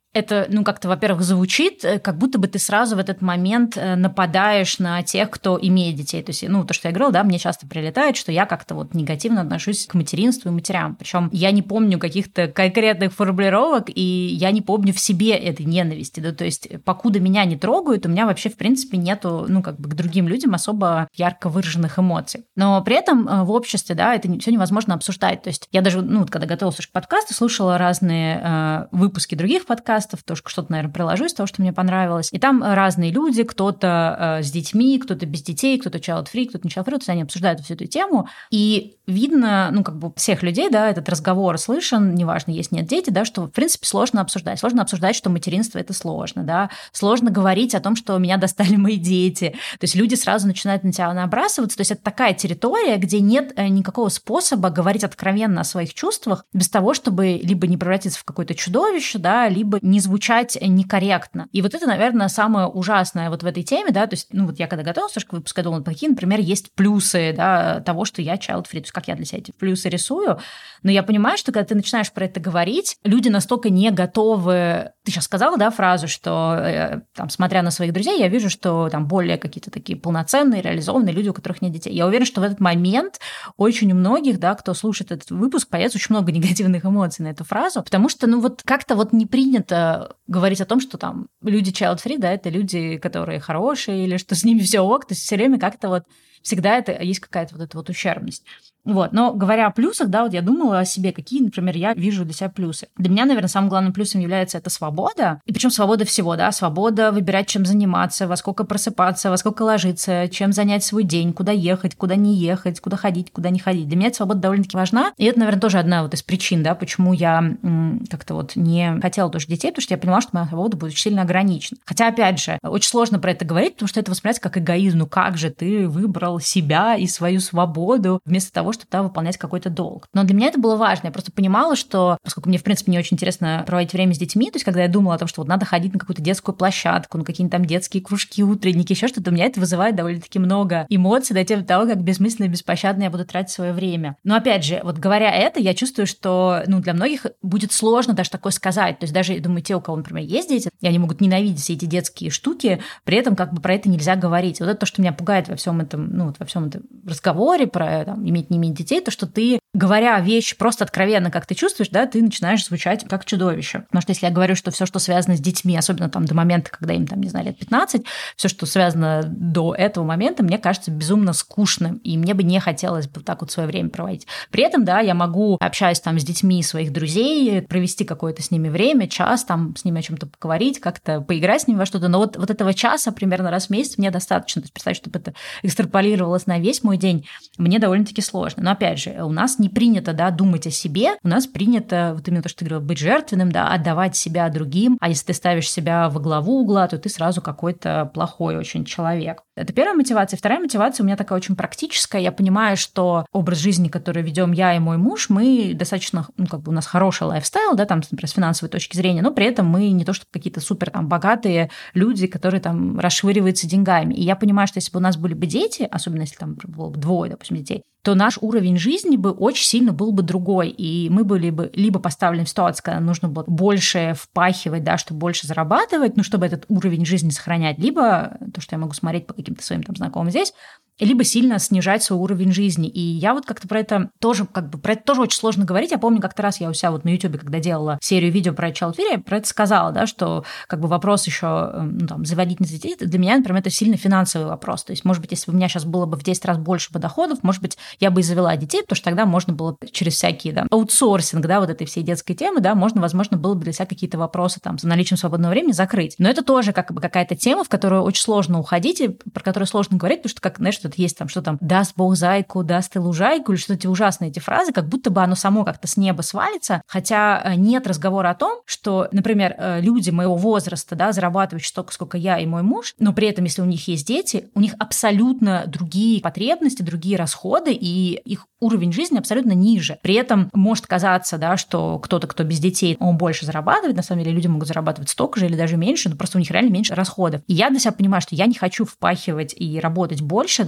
это, ну, как-то, во-первых, звучит, как будто бы ты сразу в этот момент нападаешь на тех, кто имеет детей. То есть, ну, то, что я говорила, да, мне часто прилетает, что я как-то вот негативно отношусь к материнству и матерям. Причем я не помню каких-то конкретных формулировок, и я не помню в себе этой ненависти. Да? То есть, покуда меня не трогают, у меня вообще, в принципе, нету, ну, как бы к другим людям особо ярко выраженных эмоций. Но при этом в обществе, да, это все невозможно обсуждать. То есть, я даже, ну, когда готовилась к подкасту, слушала разные э, выпуски других подкастов, тоже что-то, наверное, приложу из того, что мне понравилось. И там разные люди, кто-то э, с детьми, кто-то без детей, кто-то child-free, кто-то не child-free, то есть они обсуждают всю эту тему. И видно, ну, как бы всех людей, да, этот разговор слышен, неважно, есть, нет дети, да, что, в принципе, сложно обсуждать. Сложно обсуждать, что материнство – это сложно, да. Сложно говорить о том, что меня достали мои дети. То есть люди сразу начинают на тебя набрасываться. То есть это такая территория, где нет никакого способа говорить откровенно о своих чувствах без того, чтобы либо не превратиться в какое-то чудовище, да, либо не звучать некорректно. И вот это, наверное, самое ужасное вот в этой теме, да, то есть, ну, вот я когда готовилась к выпуску, я думала, какие, например, есть плюсы, да, того, что я child-free, то есть как я для себя эти плюсы рисую, но я понимаю, что когда ты начинаешь про это говорить, люди настолько не готовы. Ты сейчас сказала, да, фразу, что, там, смотря на своих друзей, я вижу, что там более какие-то такие полноценные, реализованные люди, у которых нет детей. Я уверена, что в этот момент очень у многих, да, кто слушает этот выпуск, появится очень много негативных эмоций на эту фразу, потому что, ну, вот как-то вот не принято говорить о том, что там люди child-free, да, это люди, которые хорошие, или что с ними все ок, то есть все время как-то вот всегда это есть какая-то вот эта вот ущербность. Вот. Но говоря о плюсах, да, вот я думала о себе, какие, например, я вижу для себя плюсы. Для меня, наверное, самым главным плюсом является это свобода, и причем свобода всего, да, свобода выбирать, чем заниматься, во сколько просыпаться, во сколько ложиться, чем занять свой день, куда ехать, куда не ехать, куда ходить, куда не ходить. Для меня эта свобода довольно-таки важна, и это, наверное, тоже одна вот из причин, да, почему я м, как-то вот не хотела тоже детей, потому что я понимала, что моя свобода будет очень сильно ограничена. Хотя, опять же, очень сложно про это говорить, потому что это воспринимается как эгоизм. Ну как же ты выбрал себя и свою свободу вместо того, чтобы да, выполнять какой-то долг. Но для меня это было важно. Я просто понимала, что, поскольку мне, в принципе, не очень интересно проводить время с детьми, то есть когда я думала о том, что вот надо ходить на какую-то детскую площадку, на какие-нибудь там детские кружки, утренники, еще что-то, у меня это вызывает довольно-таки много эмоций до того, как бессмысленно и беспощадно я буду тратить свое время. Но опять же, вот говоря это, я чувствую, что ну, для многих будет сложно даже такое сказать. То есть даже, я думаю, те, у кого, например, есть дети, и они могут ненавидеть все эти детские штуки, при этом как бы про это нельзя говорить. Вот это то, что меня пугает во всем этом, ну, вот во всем этом разговоре про там, иметь, не иметь детей, то, что ты, говоря вещи просто откровенно, как ты чувствуешь, да, ты начинаешь звучать как чудовище. Потому что если я говорю, что все, что связано с детьми, особенно там до момента, когда им, там, не знаю, лет пятнадцать, все, что связано до этого момента, мне кажется безумно скучным, и мне бы не хотелось бы так вот свое время проводить. При этом, да, я могу, общаясь там с детьми своих друзей, провести какое-то с ними время, час, там, с ними о чем-то поговорить, как-то поиграть с ними во что-то, но вот, вот этого часа примерно раз в месяц мне достаточно. То есть представить, чтобы это экстраполировалось на весь мой день, мне довольно-таки сложно. Но опять же, у нас не принято, да, думать о себе, у нас принято, вот именно то, что ты говорила, быть жертвенным, да, отдавать себя другим, а если ты ставишь себя во главу угла, то ты сразу какой-то плохой очень человек. Это первая мотивация. Вторая мотивация у меня такая очень практическая. Я понимаю, что образ жизни, который ведем я и мой муж, мы достаточно, ну, как бы у нас хороший лайфстайл, да, там, например, с финансовой точки зрения, но при этом мы не то, что какие-то супер там богатые люди, которые там расшвыриваются деньгами. И я понимаю, что если бы у нас были бы дети, особенно если там было бы двое, допустим, детей, то наш уровень жизни бы очень сильно был бы другой, и мы были бы либо поставлены в ситуацию, когда нужно было больше впахивать, да, чтобы больше зарабатывать, ну, чтобы этот уровень жизни сохранять, либо то, что я могу смотреть по каким-то своим там знакомым здесь, либо сильно снижать свой уровень жизни. И я вот как-то про это тоже, как бы, про это тоже очень сложно говорить. Я помню, как-то раз я у себя вот на YouTube, когда делала серию видео про child-free, я про это сказала, да, что как бы вопрос еще, ну, там, заводить детей, для меня, например, это сильно финансовый вопрос. То есть, может быть, если бы у меня сейчас было бы в десять раз больше бы доходов, может быть, я бы и завела детей, потому что тогда можно было через всякие, да, аутсорсинг, да, вот этой всей детской темы, да, можно, возможно, было бы для себя какие-то вопросы там за наличием свободного времени закрыть. Но это тоже как бы какая-то тема, в которую очень сложно уходить, и про которую сложно говорить, потому что, как, знаешь, что-то есть там, что там даст Бог зайку, даст и лужайку, или что-то эти ужасные эти фразы, как будто бы оно само как-то с неба свалится, хотя нет разговора о том, что, например, люди моего возраста, да, зарабатывают столько, сколько я и мой муж, но при этом, если у них есть дети, у них абсолютно другие потребности, другие расходы, и их уровень жизни абсолютно ниже. При этом может казаться, да, что кто-то, кто без детей, он больше зарабатывает, на самом деле люди могут зарабатывать столько же или даже меньше, но просто у них реально меньше расходов. И я для себя понимаю, что я не хочу впахивать и работать больше, да,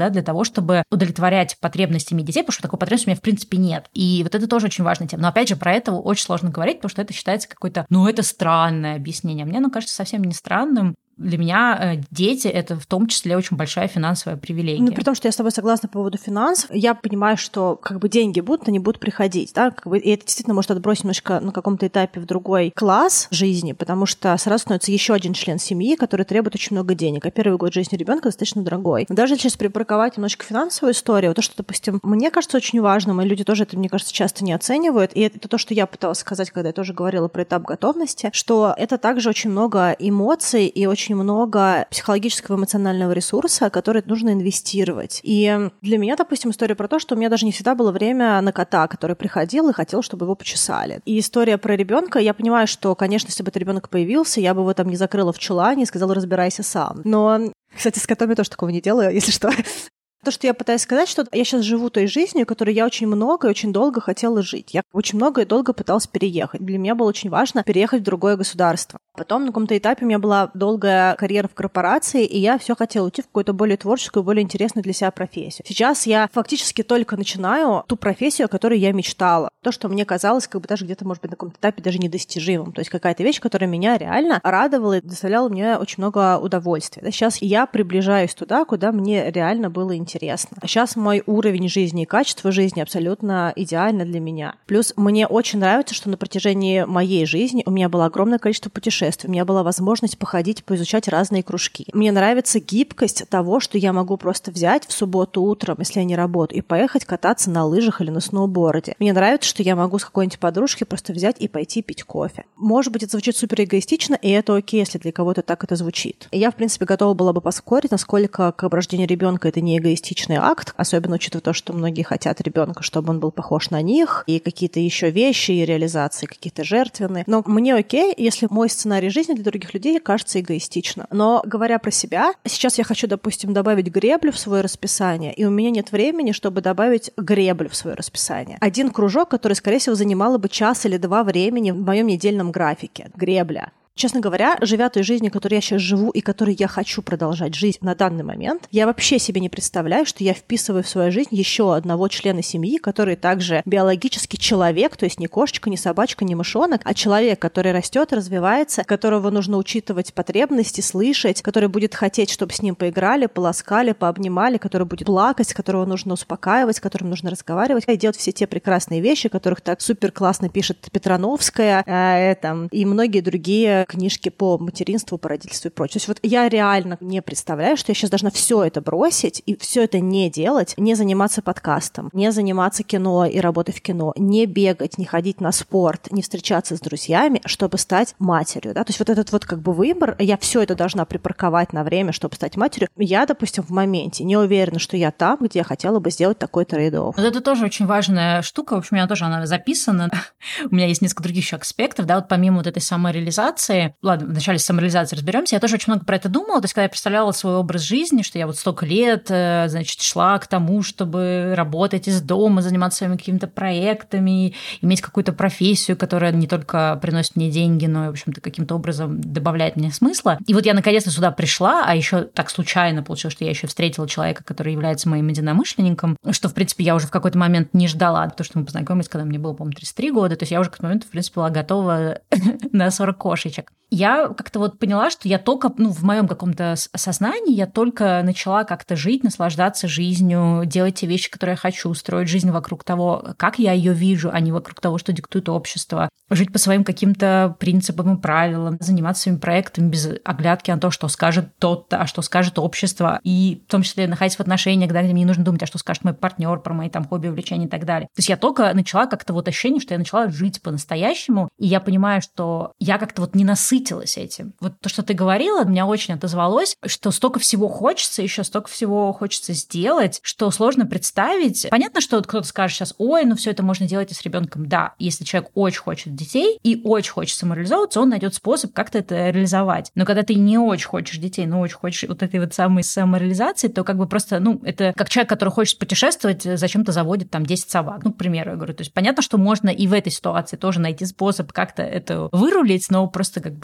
да, для того, чтобы удовлетворять потребностями детей, потому что такой потребности у меня в принципе нет. И вот это тоже очень важная тема. Но опять же, про это очень сложно говорить, потому что это считается какой-то, ну, это странное объяснение. Мне оно кажется совсем не странным. Для меня дети — это в том числе очень большая финансовая привилегия. Ну, при том, что я с тобой согласна по поводу финансов, я понимаю, что как бы деньги будут, они будут приходить, да, как бы, и это действительно может отбросить немножко на каком-то этапе в другой класс жизни, потому что сразу становится еще один член семьи, который требует очень много денег, а первый год жизни ребенка достаточно дорогой. Даже сейчас припарковать немножечко финансовую историю, то, что, допустим, мне кажется очень важным, и люди тоже это, мне кажется, часто не оценивают, и это то, что я пыталась сказать, когда я тоже говорила про этап готовности, что это также очень много эмоций и очень много психологического эмоционального ресурса, который нужно инвестировать. И для меня, допустим, история про то, что у меня даже не всегда было время на кота, который приходил и хотел, чтобы его почесали. И история про ребенка, я понимаю, что, конечно, если бы этот ребенок появился, я бы его там не закрыла в чулане и сказала: разбирайся сам. Но, кстати, с котами я тоже такого не делаю, если что. То, что я пытаюсь сказать, что я сейчас живу той жизнью, которой я очень много и очень долго хотела жить. Я очень много и долго пыталась переехать. Для меня было очень важно переехать в другое государство. Потом на каком-то этапе у меня была долгая карьера в корпорации, и я все хотела уйти в какую-то более творческую, более интересную для себя профессию. Сейчас я фактически только начинаю ту профессию, о которой я мечтала. То, что мне казалось как бы даже где-то, может быть, на каком-то этапе даже недостижимым. То есть какая-то вещь, которая меня реально радовала и доставляла мне очень много удовольствия. Сейчас я приближаюсь туда, куда мне реально было интересно. Интересно. Сейчас мой уровень жизни и качество жизни абсолютно идеально для меня. Плюс мне очень нравится, что на протяжении моей жизни у меня было огромное количество путешествий, у меня была возможность походить, поизучать разные кружки. Мне нравится гибкость того, что я могу просто взять в субботу утром, если я не работаю, и поехать кататься на лыжах или на сноуборде. Мне нравится, что я могу с какой-нибудь подружкой просто взять и пойти пить кофе. Может быть, это звучит супер эгоистично, и это окей, если для кого-то так это звучит. И я, в принципе, готова была бы поспорить, насколько к рождению ребенка это не эгоистично акт, особенно учитывая то, что многие хотят ребенка, чтобы он был похож на них, и какие-то еще вещи, и реализации какие-то жертвенные. Но мне окей, если мой сценарий жизни для других людей кажется эгоистично. Но говоря про себя, сейчас я хочу, допустим, добавить греблю в свое расписание, и у меня нет времени, чтобы добавить греблю в свое расписание. Один кружок, который, скорее всего, занимало бы час или два времени в моем недельном графике. Гребля. Честно говоря, живя той жизнью, которой я сейчас живу и которой я хочу продолжать жить на данный момент, я вообще себе не представляю, что я вписываю в свою жизнь еще одного члена семьи, который также биологически человек, то есть не кошечка, не собачка, не мышонок, а человек, который растет, развивается, которого нужно учитывать потребности, слышать, который будет хотеть, чтобы с ним поиграли, поласкали, пообнимали, который будет плакать, которого нужно успокаивать, с которым нужно разговаривать и делать все те прекрасные вещи, которых так супер классно пишет Петрановская э, там, и многие другие книжки по материнству, по родительству и прочее. То есть вот я реально не представляю, что я сейчас должна все это бросить и все это не делать, не заниматься подкастом, не заниматься кино и работой в кино, не бегать, не ходить на спорт, не встречаться с друзьями, чтобы стать матерью. Да? То есть вот этот вот как бы выбор, я все это должна припарковать на время, чтобы стать матерью. Я, допустим, в моменте не уверена, что я там, где я хотела бы сделать такой трейд-офф. Вот это тоже очень важная штука. В общем, у меня тоже она записана. У меня есть несколько других еще аспектов, да, вот помимо вот этой самореализации. Ладно, вначале с самореализацией разберемся. Я тоже очень много про это думала. То есть, когда я представляла свой образ жизни, что я вот столько лет, значит, шла к тому, чтобы работать из дома, заниматься своими какими-то проектами, иметь какую-то профессию, которая не только приносит мне деньги, но и, в общем-то, каким-то образом добавляет мне смысла. И вот я наконец-то сюда пришла, а еще так случайно получилось, что я еще встретила человека, который является моим единомышленником, что, в принципе, я уже в какой-то момент не ждала, потому что мы познакомились, когда мне было, по-моему, тридцать три года. То есть я уже к этому моменту, в принципе, была готова на сорок кошечек. Я как-то вот поняла, что я только, ну, в моем каком-то сознании я только начала как-то жить, наслаждаться жизнью, делать те вещи, которые я хочу, строить жизнь вокруг того, как я ее вижу, а не вокруг того, что диктует общество, жить по своим каким-то принципам и правилам, заниматься своими проектами без оглядки на то, что скажет тот-то, а что скажет общество, и в том числе находиться в отношениях, да, где мне не нужно думать, а что скажет мой партнер про мои там хобби, увлечения и так далее. То есть я только начала как-то вот ощущение, что я начала жить по-настоящему, и я понимаю, что я как-то вот не насыщена этим. Вот то, что ты говорила, меня очень отозвалось, что столько всего хочется, еще столько всего хочется сделать, что сложно представить. Понятно, что кто-то скажет сейчас: ой, ну все это можно делать и с ребенком. Да, если человек очень хочет детей и очень хочет самореализовываться, он найдет способ как-то это реализовать. Но когда ты не очень хочешь детей, но очень хочешь вот этой вот самой самореализации, то как бы просто, ну, это как человек, который хочет путешествовать, зачем-то заводит там десять собак. Ну, к примеру, я говорю. То есть понятно, что можно и в этой ситуации тоже найти способ как-то это вырулить, но просто как бы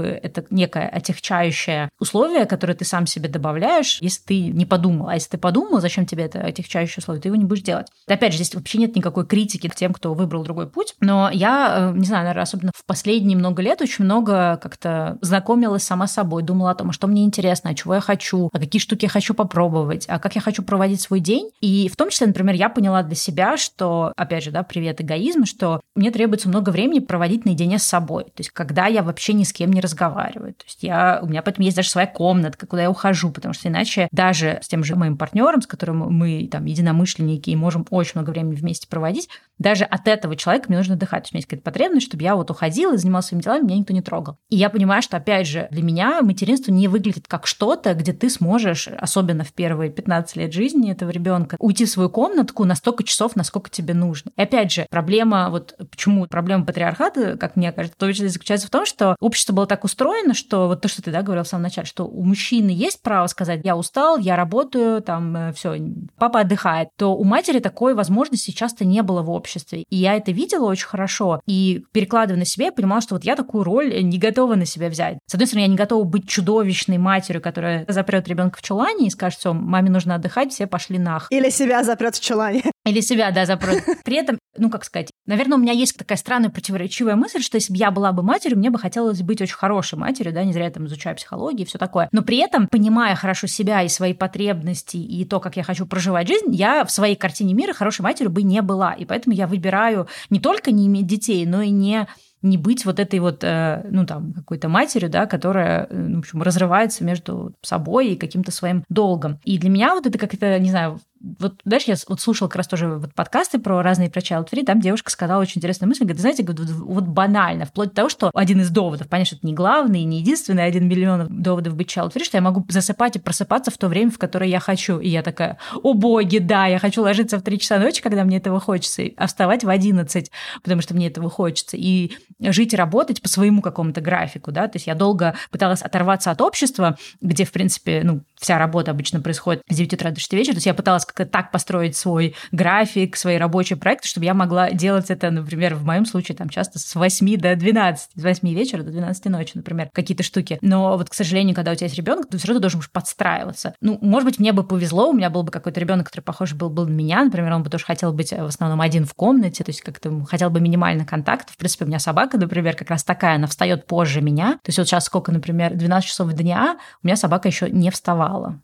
бы это некое отягчающее условие, которое ты сам себе добавляешь, если ты не подумал. А если ты подумал, зачем тебе это отягчающее условие, ты его не будешь делать. Опять же, здесь вообще нет никакой критики к тем, кто выбрал другой путь. Но я, не знаю, наверное, особенно в последние много лет очень много как-то знакомилась сама с собой, думала о том, что мне интересно, а чего я хочу, а какие штуки я хочу попробовать, а как я хочу проводить свой день. И в том числе, например, я поняла для себя, что, опять же, да, привет эгоизм, что мне требуется много времени проводить наедине с собой. То есть когда я вообще ни с кем не разговариваю. То есть я, у меня поэтому есть даже своя комнатка, куда я ухожу, потому что иначе даже с тем же моим партнером, с которым мы там единомышленники и можем очень много времени вместе проводить, даже от этого человека мне нужно отдыхать. То есть у меня есть какая-то потребность, чтобы я вот уходила и занималась своими делами, меня никто не трогал. И я понимаю, что, опять же, для меня материнство не выглядит как что-то, где ты сможешь, особенно в первые пятнадцать лет жизни этого ребенка, уйти в свою комнатку на столько часов, насколько тебе нужно. И опять же, проблема, вот почему проблема патриархата, как мне кажется, то заключается в том, что общество было так устроено, что вот то, что ты, да, говорил в самом начале, что у мужчины есть право сказать: я устал, я работаю, там, все, папа отдыхает, то у матери такой возможности часто не было в обществе. И я это видела очень хорошо, и перекладывая на себя, я понимала, что вот я такую роль не готова на себя взять. С одной стороны, я не готова быть чудовищной матерью, которая запрет ребенка в чулане и скажет: все, маме нужно отдыхать, все пошли нах. Или себя запрет в чулане. Или себя, да, запрет. При этом, ну, как сказать, наверное, у меня есть такая странная противоречивая мысль, что если бы я была бы матерью, мне бы хотелось быть очень хорошей матерью, да, не зря я там изучаю психологию и все такое. Но при этом, понимая хорошо себя и свои потребности, и то, как я хочу проживать жизнь, я в своей картине мира хорошей матерью бы не была. И поэтому я выбираю не только не иметь детей, но и не... не быть вот этой вот, ну, там, какой-то матерью, да, которая, в общем, разрывается между собой и каким-то своим долгом. И для меня вот это как-то, не знаю, вот, знаешь, я вот слушала как раз тоже вот подкасты про разные про child free, там девушка сказала очень интересную мысль, говорит: знаете, вот, вот банально, вплоть до того, что один из доводов, понятно, что это не главный, не единственный, один миллион доводов быть child free, что я могу засыпать и просыпаться в то время, в которое я хочу. И я такая: о боги, да, я хочу ложиться в три часа ночи, когда мне этого хочется, а вставать в одиннадцать, потому что мне этого хочется, и жить и работать по своему какому-то графику, да, то есть я долго пыталась оторваться от общества, где, в принципе, ну, вся работа обычно происходит с девяти утра до шести вечера, то есть я пыталась как-то так построить свой график, свои рабочие проекты, чтобы я могла делать это, например, в моем случае, там, часто с восьми до двенадцати, с восьми вечера до двенадцати ночи, например, какие-то штуки. Но вот, к сожалению, когда у тебя есть ребенок, ты все равно должен подстраиваться. Ну, может быть, мне бы повезло, у меня был бы какой-то ребенок, который похож был, был на меня, например, он бы тоже хотел быть в основном один в комнате, то есть как-то хотел бы минимально контакт. В принципе, у меня собака, например, как раз такая, она встает позже меня. То есть вот сейчас сколько, например, двенадцать часов дня, у меня собака еще не вставала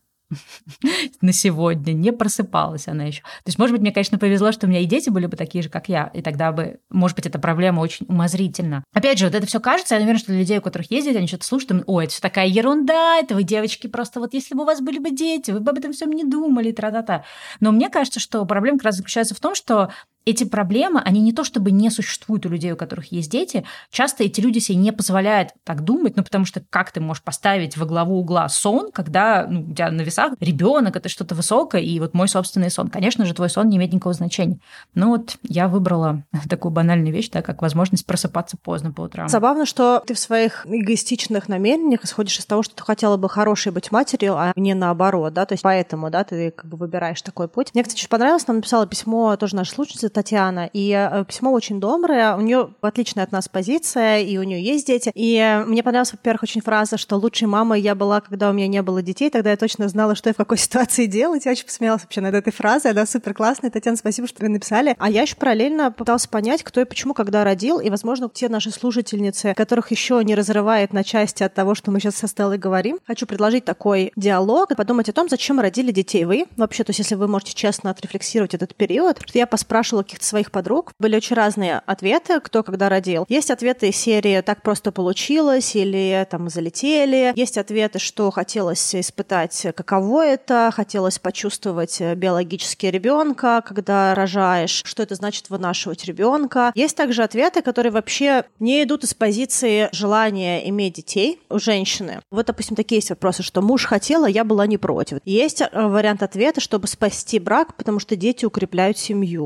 на сегодня, не просыпалась она еще. То есть, может быть, мне, конечно, повезло, что у меня и дети были бы такие же, как я, и тогда бы, может быть, эта проблема очень умозрительна. Опять же, вот это все кажется, я уверена, что для людей, у которых есть дети, они что-то слушают, и: ой, это все такая ерунда, это вы, девочки, просто вот если бы у вас были бы дети, вы бы об этом всем не думали, тра-та-та. Но мне кажется, что проблема как раз заключается в том, что эти проблемы, они не то чтобы не существуют у людей, у которых есть дети, часто эти люди себе не позволяют так думать, ну, потому что как ты можешь поставить во главу угла сон, когда, ну, у тебя на весах ребенок, это что-то высокое, и вот мой собственный сон. Конечно же, твой сон не имеет никакого значения. Но вот я выбрала такую банальную вещь, да, как возможность просыпаться поздно по утрам. Забавно, что ты в своих эгоистичных намерениях исходишь из того, что ты хотела бы хорошей быть матерью, а не наоборот, да, то есть поэтому, да, ты как бы выбираешь такой путь. Мне, кстати, очень понравилось, нам написала письмо тоже наша слушательница Татьяна, и письмо очень доброе, у нее отличная от нас позиция, и у нее есть дети. И мне понравилась, во-первых, очень фраза, что лучшей мамой я была, когда у меня не было детей, тогда я точно знала, что я в какой ситуации делать. Я очень посмеялась вообще над этой фразой, она супер классная. Татьяна, спасибо, что вы написали. А я еще параллельно пыталась понять, кто и почему, когда родил, и, возможно, те наши слушательницы, которых еще не разрывает на части от того, что мы сейчас со Стеллой говорим, хочу предложить такой диалог и подумать о том, зачем родили детей вы. Вообще, то есть если вы можете честно отрефлексировать этот период, что я поспрашивала каких-то своих подруг, были очень разные ответы, кто когда родил. Есть ответы из серии «так просто получилось» или там «залетели». Есть ответы, что хотелось испытать, каково это, хотелось почувствовать биологически ребенка, когда рожаешь, что это значит вынашивать ребенка. Есть также ответы, которые вообще не идут из позиции желания иметь детей у женщины. Вот, допустим, такие есть вопросы, что муж хотел, а я была не против. Есть вариант ответа, чтобы спасти брак, потому что дети укрепляют семью. Есть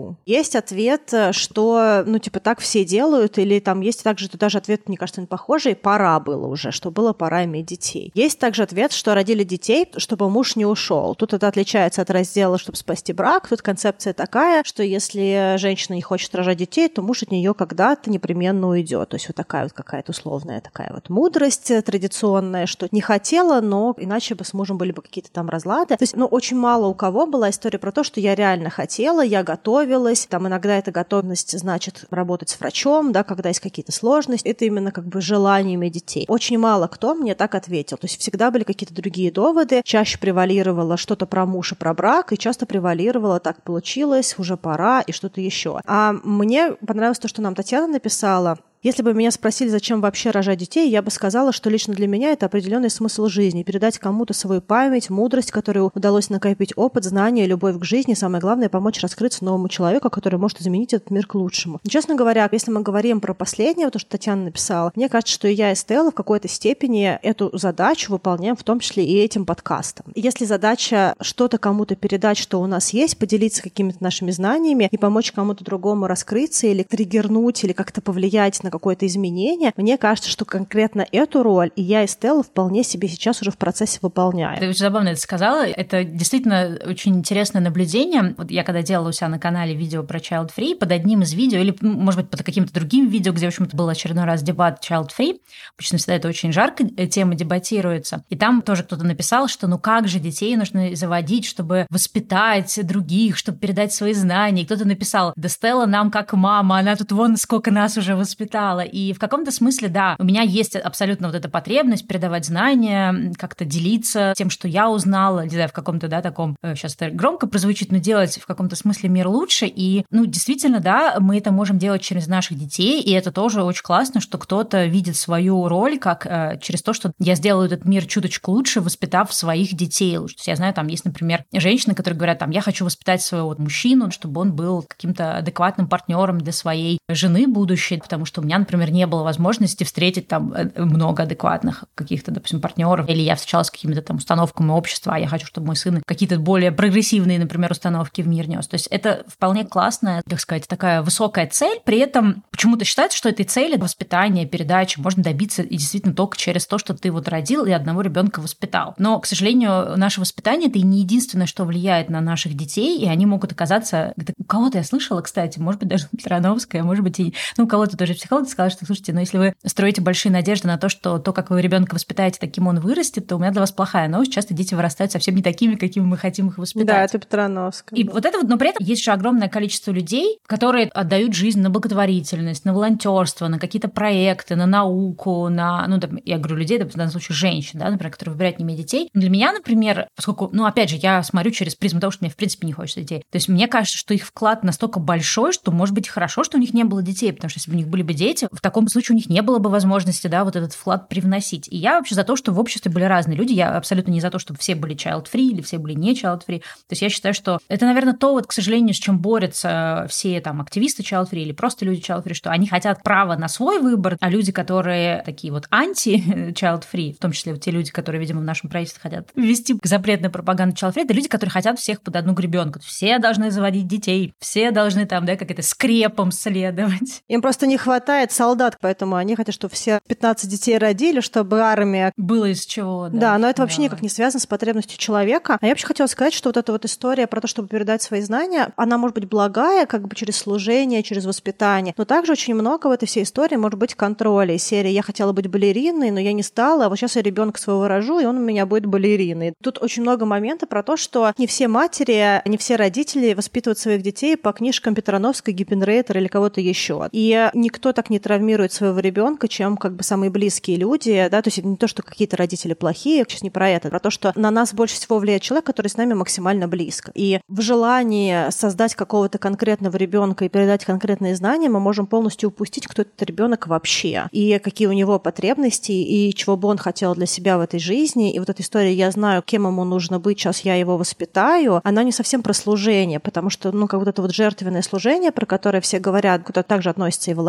есть ответ, что, ну, типа, так все делают, или там есть также даже ответ, мне кажется, не похожий, пора было уже, что было пора иметь детей. Есть также ответ, что родили детей, чтобы муж не ушел. Тут это отличается от раздела, чтобы спасти брак. Тут концепция такая, что если женщина не хочет рожать детей, то муж от нее когда-то непременно уйдет. То есть вот такая вот какая-то условная такая вот мудрость традиционная, что не хотела, но иначе бы с мужем были бы какие-то там разлады. То есть, ну, очень мало у кого была история про то, что я реально хотела, я готовилась. Там иногда эта готовность значит работать с врачом, да, когда есть какие-то сложности. Это именно как бы желание иметь детей. Очень мало кто мне так ответил. То есть всегда были какие-то другие доводы. Чаще превалировало что-то про муж и про брак, и часто превалировало так получилось, уже пора и что-то еще. А мне понравилось то, что нам Татьяна написала. Если бы меня спросили, зачем вообще рожать детей, я бы сказала, что лично для меня это определенный смысл жизни. Передать кому-то свою память, мудрость, которую удалось накопить, опыт, знания, любовь к жизни. Самое главное — помочь раскрыться новому человеку, который может изменить этот мир к лучшему. Но, честно говоря, если мы говорим про последнее, то, что Татьяна написала, мне кажется, что и я, и Стелла в какой-то степени эту задачу выполняем, в том числе и этим подкастом. Если задача что-то кому-то передать, что у нас есть, поделиться какими-то нашими знаниями и помочь кому-то другому раскрыться или триггернуть, или как-то повлиять на какое-то изменение, мне кажется, что конкретно эту роль и я, и Стелла вполне себе сейчас уже в процессе выполняем. Ты очень забавно это сказала. Это действительно очень интересное наблюдение. Вот я когда делала у себя на канале видео про Child Free, под одним из видео, или, может быть, под каким-то другим видео, где, в общем-то, был очередной раз дебат Child Free, обычно всегда это очень жарко, тема дебатируется. И там тоже кто-то написал, что ну как же детей нужно заводить, чтобы воспитать других, чтобы передать свои знания. И кто-то написал: да Стелла нам как мама, она тут вон сколько нас уже воспитала. И в каком-то смысле, да, у меня есть абсолютно вот эта потребность передавать знания, как-то делиться тем, что я узнала, не знаю, в каком-то, да, таком, сейчас это громко прозвучит, но делать в каком-то смысле мир лучше. И, ну, действительно, да, мы это можем делать через наших детей, и это тоже очень классно, что кто-то видит свою роль как э, через то, что я сделаю этот мир чуточку лучше, воспитав своих детей лучше. То есть я знаю, там есть, например, женщины, которые говорят, там, я хочу воспитать своего вот мужчину, чтобы он был каким-то адекватным партнером для своей жены будущей, потому что у меня, например, не было возможности встретить там много адекватных каких-то, допустим, партнеров, или я встречалась с какими-то там установками общества, а я хочу, чтобы мой сын какие-то более прогрессивные, например, установки в мир нес. То есть это вполне классная, так сказать, такая высокая цель, при этом почему-то считается, что этой цели воспитания, передачи можно добиться и действительно только через то, что ты вот родил и одного ребенка воспитал. Но, к сожалению, наше воспитание — это и не единственное, что влияет на наших детей, и они могут оказаться... У кого-то я слышала, кстати, может быть, даже Тарановская, может быть, и... Ну, у кого-то тоже психолог сказал, что, слушайте, но если вы строите большие надежды на то, что то, как вы ребенка воспитаете, таким он вырастет, то у меня для вас плохая новость. Часто дети вырастают совсем не такими, какими мы хотим их воспитать. Да, это Петрановская. И да. Вот это вот, но при этом есть же огромное количество людей, которые отдают жизнь на благотворительность, на волонтерство, на какие-то проекты, на науку, на, ну, я говорю, людей, в данном случае женщин, да, например, которые выбирают не иметь детей. Для меня, например, поскольку, ну, опять же, я смотрю через призму того, что мне, в принципе, не хочется детей. То есть мне кажется, что их вклад настолько большой, что, может быть, хорошо, что у них не было детей, потому что если бы у них были бы дети, в таком случае у них не было бы возможности, да, вот этот вклад привносить. И я вообще за то, что в обществе были разные люди. Я абсолютно не за то, чтобы все были child-free или все были не child-free. То есть я считаю, что это, наверное, то, вот, к сожалению, с чем борются все там активисты child-free или просто люди child-free, что они хотят права на свой выбор, а люди, которые такие вот анти-child-free, в том числе вот те люди, которые, видимо, в нашем правительстве хотят ввести запретную пропаганду child-free, это люди, которые хотят всех под одну гребенку. Все должны заводить детей, все должны там, да, как это, скрепом следовать. Им просто не хватает солдат, поэтому они хотят, чтобы все пятнадцать детей родили, чтобы армия... Было из чего, да. Да, но это вообще да. никак не связано с потребностью человека. А я вообще хотела сказать, что вот эта вот история про то, чтобы передать свои знания, она может быть благая, как бы через служение, через воспитание, но также очень много в этой всей истории может быть контроля. Из серии «Я хотела быть балериной, но я не стала, а вот сейчас я ребенка своего рожу, и он у меня будет балериной». Тут очень много моментов про то, что не все матери, не все родители воспитывают своих детей по книжкам Петрановской, Гиппенрейтер или кого-то еще. И никто так не травмирует своего ребенка, чем как бы самые близкие люди, да, то есть это не то, что какие-то родители плохие, сейчас не про это, а про то, что на нас больше всего влияет человек, который с нами максимально близко. И в желании создать какого-то конкретного ребенка и передать конкретные знания мы можем полностью упустить, кто этот ребенок вообще, и какие у него потребности, и чего бы он хотел для себя в этой жизни. И вот эта история «я знаю, кем ему нужно быть, сейчас я его воспитаю», она не совсем про служение, потому что, ну, как вот это вот жертвенное служение, про которое все говорят, куда также относится и волонтерство,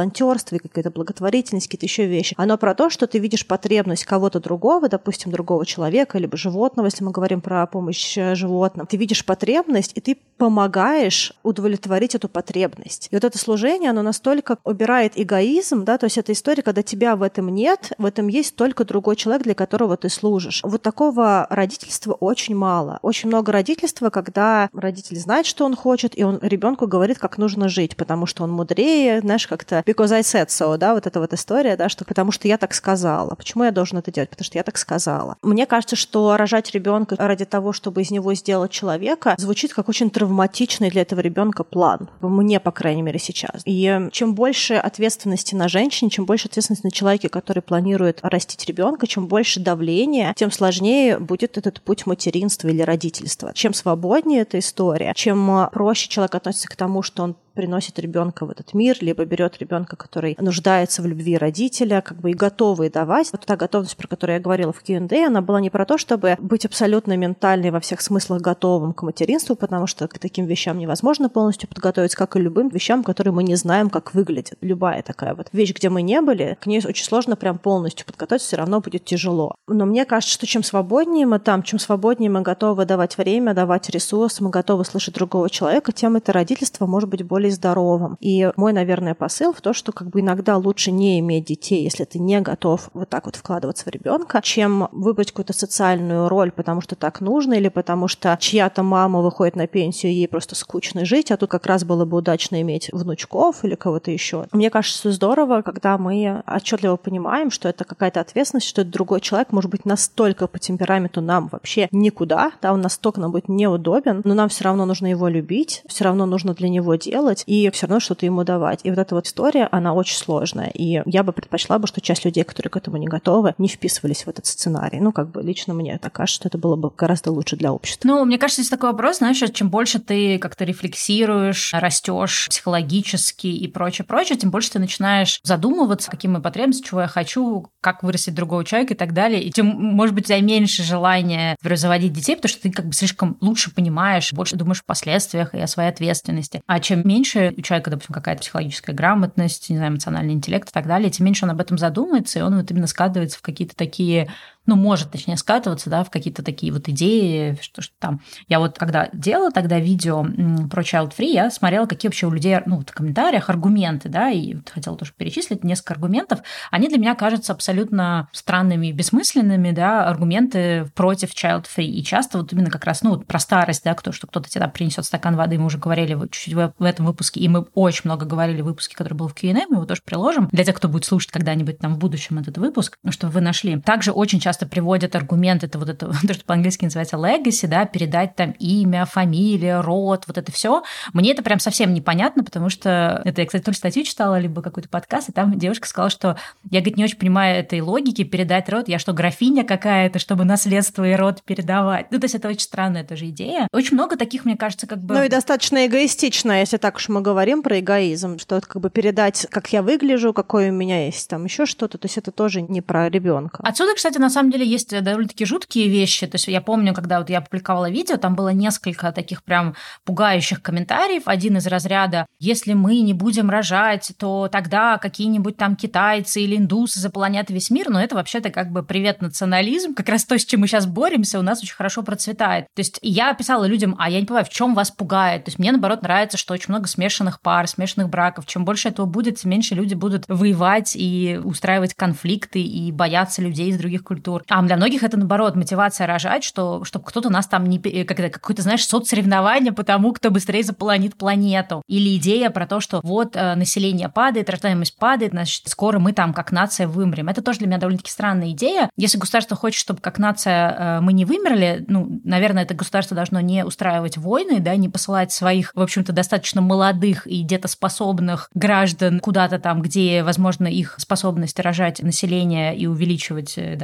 волонтерство, и какая-то благотворительность, какие-то еще вещи. Оно про то, что ты видишь потребность кого-то другого, допустим, другого человека, либо животного, если мы говорим про помощь животным. Ты видишь потребность, и ты помогаешь удовлетворить эту потребность. И вот это служение, оно настолько убирает эгоизм, да, то есть это история, когда тебя в этом нет, в этом есть только другой человек, для которого ты служишь. Вот такого родительства очень мало. Очень много родительства, когда родитель знает, что он хочет, и он ребенку говорит, как нужно жить, потому что он мудрее, знаешь, как-то because I said so, да, вот эта вот история, да, что потому что я так сказала. Почему я должен это делать? Потому что я так сказала. Мне кажется, что рожать ребенка ради того, чтобы из него сделать человека, звучит как очень травматичный для этого ребенка план. Мне, по крайней мере, сейчас. И чем больше ответственности на женщине, чем больше ответственности на человеке, который планирует растить ребенка, чем больше давления, тем сложнее будет этот путь материнства или родительства. Чем свободнее эта история, чем проще человек относится к тому, что он приносит ребенка в этот мир, либо берет ребенка, который нуждается в любви родителя, как бы и готовый давать. Вот та готовность, про которую я говорила в кью энд эй, она была не про то, чтобы быть абсолютно ментально и во всех смыслах готовым к материнству, потому что к таким вещам невозможно полностью подготовиться, как и любым вещам, которые мы не знаем, как выглядят. Любая такая вот вещь, где мы не были, к ней очень сложно прям полностью подготовиться, все равно будет тяжело. Но мне кажется, что чем свободнее мы там, чем свободнее мы готовы давать время, давать ресурсы, мы готовы слышать другого человека, тем это родительство может быть более здоровым. И мой, наверное, посыл в то, что как бы иногда лучше не иметь детей, если ты не готов вот так вот вкладываться в ребенка, чем выбрать какую-то социальную роль, потому что так нужно, или потому что чья-то мама выходит на пенсию, ей просто скучно жить, а тут как раз было бы удачно иметь внучков или кого-то еще. Мне кажется, что здорово, когда мы отчетливо понимаем, что это какая-то ответственность, что этот другой человек может быть настолько по темпераменту нам вообще никуда, да, он настолько нам будет неудобен, но нам все равно нужно его любить, все равно нужно для него делать, и все равно что-то ему давать. И вот эта вот история, она очень сложная. И я бы предпочла бы, что часть людей, которые к этому не готовы, не вписывались в этот сценарий. Ну, как бы лично мне так кажется, что это было бы гораздо лучше для общества. Ну, мне кажется, здесь такой вопрос, знаешь, чем больше ты как-то рефлексируешь, растешь психологически и прочее-прочее, тем больше ты начинаешь задумываться, какие мои потребности, чего я хочу, как вырастить другого человека и так далее. И тем, может быть, у тебя меньше желания заводить детей, потому что ты как бы слишком лучше понимаешь, больше думаешь о последствиях и о своей ответственности. А чем меньше у человека, допустим, какая-то психологическая грамотность, не знаю, эмоциональный интеллект и так далее, тем меньше он об этом задумается, и он вот именно скатывается в какие-то такие, ну, может, точнее, скатываться, да, в какие-то такие вот идеи, что, что там. Я вот когда делала тогда видео про Child Free, я смотрела, какие вообще у людей, ну, в комментариях аргументы, да, и вот хотела тоже перечислить несколько аргументов. Они для меня кажутся абсолютно странными и бессмысленными, да, аргументы против Child Free. И часто вот именно как раз, ну, вот про старость, да, кто, что кто-то тебе принесет стакан воды, мы уже говорили вот чуть-чуть в этом выпуске, и мы очень много говорили в выпуске, который был в кью энд эй, мы его тоже приложим, для тех, кто будет слушать когда-нибудь там в будущем этот выпуск, чтобы вы нашли. Также очень часто приводят аргумент, это вот это, то, что по-английски называется legacy, да, передать там имя, фамилия, род, вот это все. Мне это прям совсем непонятно, потому что это я, кстати, то ли статью читала, либо какой-то подкаст, и там девушка сказала, что я, говорит, не очень понимаю этой логики, передать род, я что, графиня какая-то, чтобы наследство и род передавать? Ну, то есть это очень странная тоже идея. Очень много таких, мне кажется, как бы... Ну и достаточно эгоистично, если так уж мы говорим про эгоизм, что это как бы передать, как я выгляжу, какой у меня есть там еще что-то, то есть это тоже не про ребенка. Отсюда, кстати, на самом деле есть довольно-таки жуткие вещи. То есть я помню, когда вот я публиковала видео, там было несколько таких прям пугающих комментариев. Один из разряда: если мы не будем рожать, то тогда какие-нибудь там китайцы или индусы заполонят весь мир. Но это вообще-то как бы привет национализм. Как раз то, с чем мы сейчас боремся, у нас очень хорошо процветает. То есть я писала людям, а я не понимаю, в чем вас пугает. То есть мне, наоборот, нравится, что очень много смешанных пар, смешанных браков. Чем больше этого будет, тем меньше люди будут воевать и устраивать конфликты и бояться людей из других культур. А для многих это, наоборот, мотивация рожать, что, чтобы кто-то нас там не... Как это, какое-то, знаешь, соцсоревнование по тому, кто быстрее заполонит планету. Или идея про то, что вот население падает, рождаемость падает, значит, скоро мы там как нация вымрем. Это тоже для меня довольно-таки странная идея. Если государство хочет, чтобы как нация мы не вымерли, ну, наверное, это государство должно не устраивать войны, да, не посылать своих, в общем-то, достаточно молодых и детоспособных граждан куда-то там, где, возможно, их способность рожать население и увеличивать, да, там,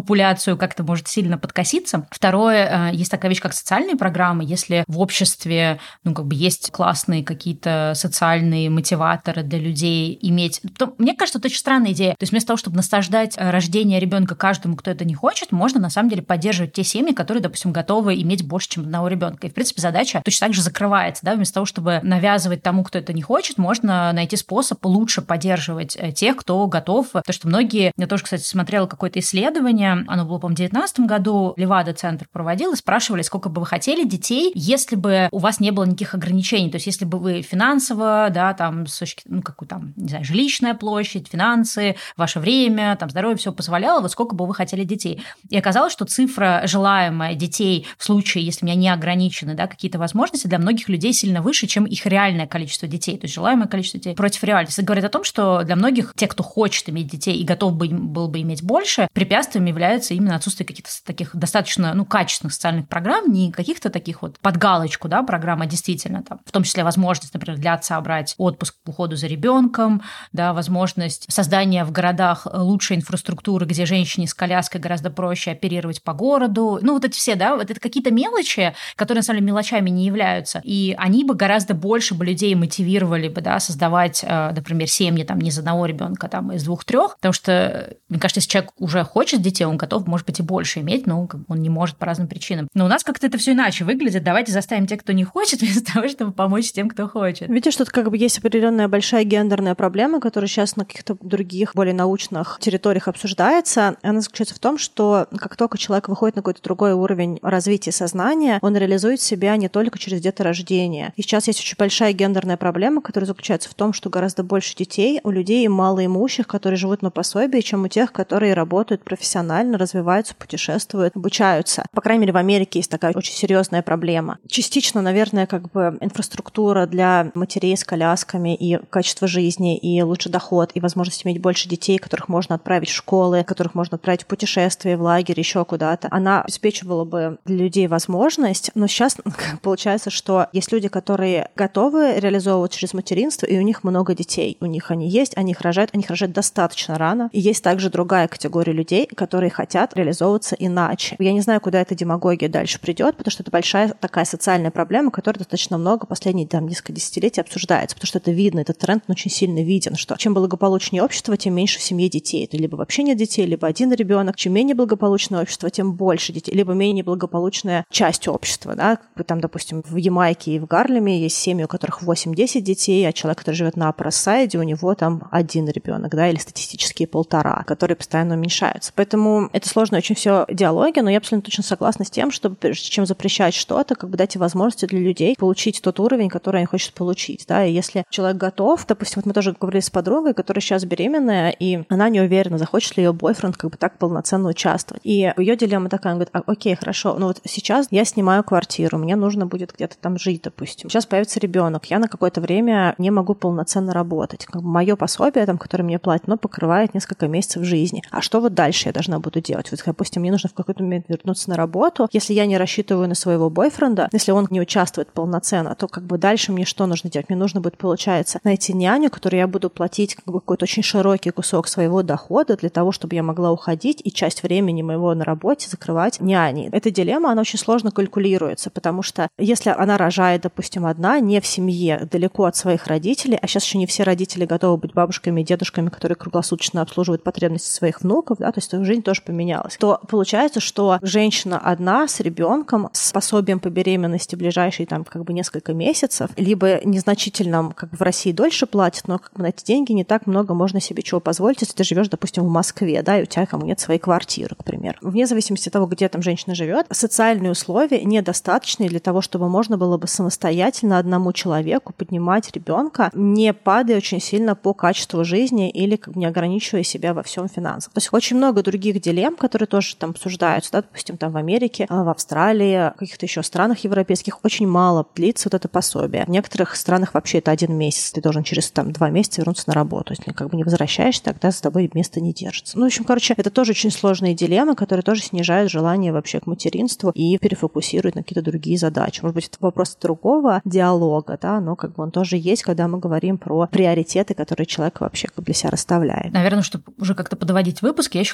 популяцию как-то может сильно подкоситься. Второе, есть такая вещь, как социальные программы. Если в обществе, ну, как бы есть классные какие-то социальные мотиваторы для людей иметь... То, мне кажется, это очень странная идея. То есть вместо того, чтобы насаждать рождение ребенка каждому, кто это не хочет, можно на самом деле поддерживать те семьи, которые, допустим, готовы иметь больше, чем одного ребенка. И, в принципе, задача точно так же закрывается. Да? Вместо того, чтобы навязывать тому, кто это не хочет, можно найти способ лучше поддерживать тех, кто готов. Потому что многие... Я тоже, кстати, смотрела какое-то исследование, оно было, по-моему, в две тысячи девятнадцатом году, Левада-центр проводил, и спрашивали, сколько бы вы хотели детей, если бы у вас не было никаких ограничений. То есть если бы вы финансово, да, там, с точки, ну, какую там, не знаю, жилищная площадь, финансы, ваше время, там, здоровье, все позволяло, вот сколько бы вы хотели детей. И оказалось, что цифра желаемая детей в случае, если у меня не ограничены, да, какие-то возможности, для многих людей сильно выше, чем их реальное количество детей. То есть желаемое количество детей против реальности. Это говорит о том, что для многих, те, кто хочет иметь детей и готов бы, был бы иметь больше, препятствием является именно отсутствие каких-то таких достаточно, ну, качественных социальных программ, не каких-то таких вот под галочку, да, программ, а действительно там, в том числе возможность, например, для отца брать отпуск по уходу за ребенком, да, возможность создания в городах лучшей инфраструктуры, где женщине с коляской гораздо проще оперировать по городу. Ну, вот эти все, да, вот это какие-то мелочи, которые, на самом деле, мелочами не являются. И они бы гораздо больше бы людей мотивировали бы, да, создавать, например, семьи там не из одного ребенка, там из двух-трех, потому что, мне кажется, если человек уже хочет детей, он готов, может быть, и больше иметь, но он не может по разным причинам. Но у нас как-то это все иначе выглядит. Давайте заставим тех, кто не хочет, вместо того, чтобы помочь тем, кто хочет. Видишь, тут как бы есть определенная большая гендерная проблема, которая сейчас на каких-то других, более научных территориях обсуждается. Она заключается в том, что как только человек выходит на какой-то другой уровень развития сознания, он реализует себя не только через деторождение. И сейчас есть очень большая гендерная проблема, которая заключается в том, что гораздо больше детей у людей малоимущих, которые живут на пособии, чем у тех, которые работают профессионально, развиваются, путешествуют, обучаются. По крайней мере, в Америке есть такая очень серьезная проблема. Частично, наверное, как бы инфраструктура для матерей с колясками и качество жизни, и лучший доход, и возможность иметь больше детей, которых можно отправить в школы, которых можно отправить в путешествия, в лагерь, еще куда-то. Она обеспечивала бы для людей возможность, но сейчас получается, что есть люди, которые готовы реализовывать через материнство, и у них много детей. У них они есть, они их рожают, они их рожают достаточно рано. И есть также другая категория людей, которые хотят реализовываться иначе. Я не знаю, куда эта демагогия дальше придет, потому что это большая такая социальная проблема, которая достаточно много последние там, несколько десятилетий обсуждается, потому что это видно, этот тренд очень сильно виден, что чем благополучнее общество, тем меньше в семье детей. Это либо вообще нет детей, либо один ребенок. Чем менее благополучное общество, тем больше детей, либо менее благополучная часть общества. Да? Как бы там, допустим, в Ямайке и в Гарлеме есть семьи, у которых восемь-десять детей, а человек, который живет на Аппер-Сайде, у него там один ребенок, да, или статистические полтора, которые постоянно уменьшаются. Поэтому это сложно очень все диалоги, но я абсолютно точно согласна с тем, чтобы прежде чем запрещать что-то, как бы дать возможности для людей получить тот уровень, который они хотят получить. Да? И если человек готов, допустим, вот мы тоже говорили с подругой, которая сейчас беременная, и она не уверена, захочет ли ее бойфренд как бы так полноценно участвовать. И ее дилемма такая, она говорит, а, окей, хорошо, но вот сейчас я снимаю квартиру, мне нужно будет где-то там жить, допустим. Сейчас появится ребенок, я на какое-то время не могу полноценно работать. Как бы мое пособие, там, которое мне платят, оно покрывает несколько месяцев жизни. А что вот дальше я должна буду делать? Вот, допустим, мне нужно в какой-то момент вернуться на работу. Если я не рассчитываю на своего бойфренда, если он не участвует полноценно, то как бы дальше мне что нужно делать? Мне нужно будет, получается, найти няню, которой я буду платить как бы какой-то очень широкий кусок своего дохода для того, чтобы я могла уходить и часть времени моего на работе закрывать няней. Эта дилемма, она очень сложно калькулируется, потому что если она рожает, допустим, одна, не в семье, далеко от своих родителей, а сейчас еще не все родители готовы быть бабушками и дедушками, которые круглосуточно обслуживают потребности своих внуков, да, то есть жизнь тоже поменялась, то получается, что женщина одна с ребенком, с пособием по беременности ближайшие там как бы несколько месяцев, либо незначительным, как бы в России дольше платят, но как бы на эти деньги не так много можно себе чего позволить, если ты живешь, допустим, в Москве, да, и у тебя там нет своей квартиры, к примеру. Вне зависимости от того, где там женщина живет, социальные условия недостаточные для того, чтобы можно было бы самостоятельно одному человеку поднимать ребенка, не падая очень сильно по качеству жизни или как бы не ограничивая себя во всем финансах. То есть очень много других дилемм, которые тоже там обсуждаются, да, допустим, там в Америке, в Австралии, в каких-то еще странах европейских очень мало длится вот это пособие. В некоторых странах вообще это один месяц. Ты должен через там два месяца вернуться на работу. Если как бы не возвращаешься, тогда с тобой место не держится. Ну, в общем, короче, это тоже очень сложные дилеммы, которые тоже снижают желание вообще к материнству и перефокусируют на какие-то другие задачи. Может быть, это вопрос другого диалога, да, но как бы он тоже есть, когда мы говорим про приоритеты, которые человек вообще как бы для себя расставляет. Наверное, чтобы уже как-то подводить выпуск, я еще хотела поделиться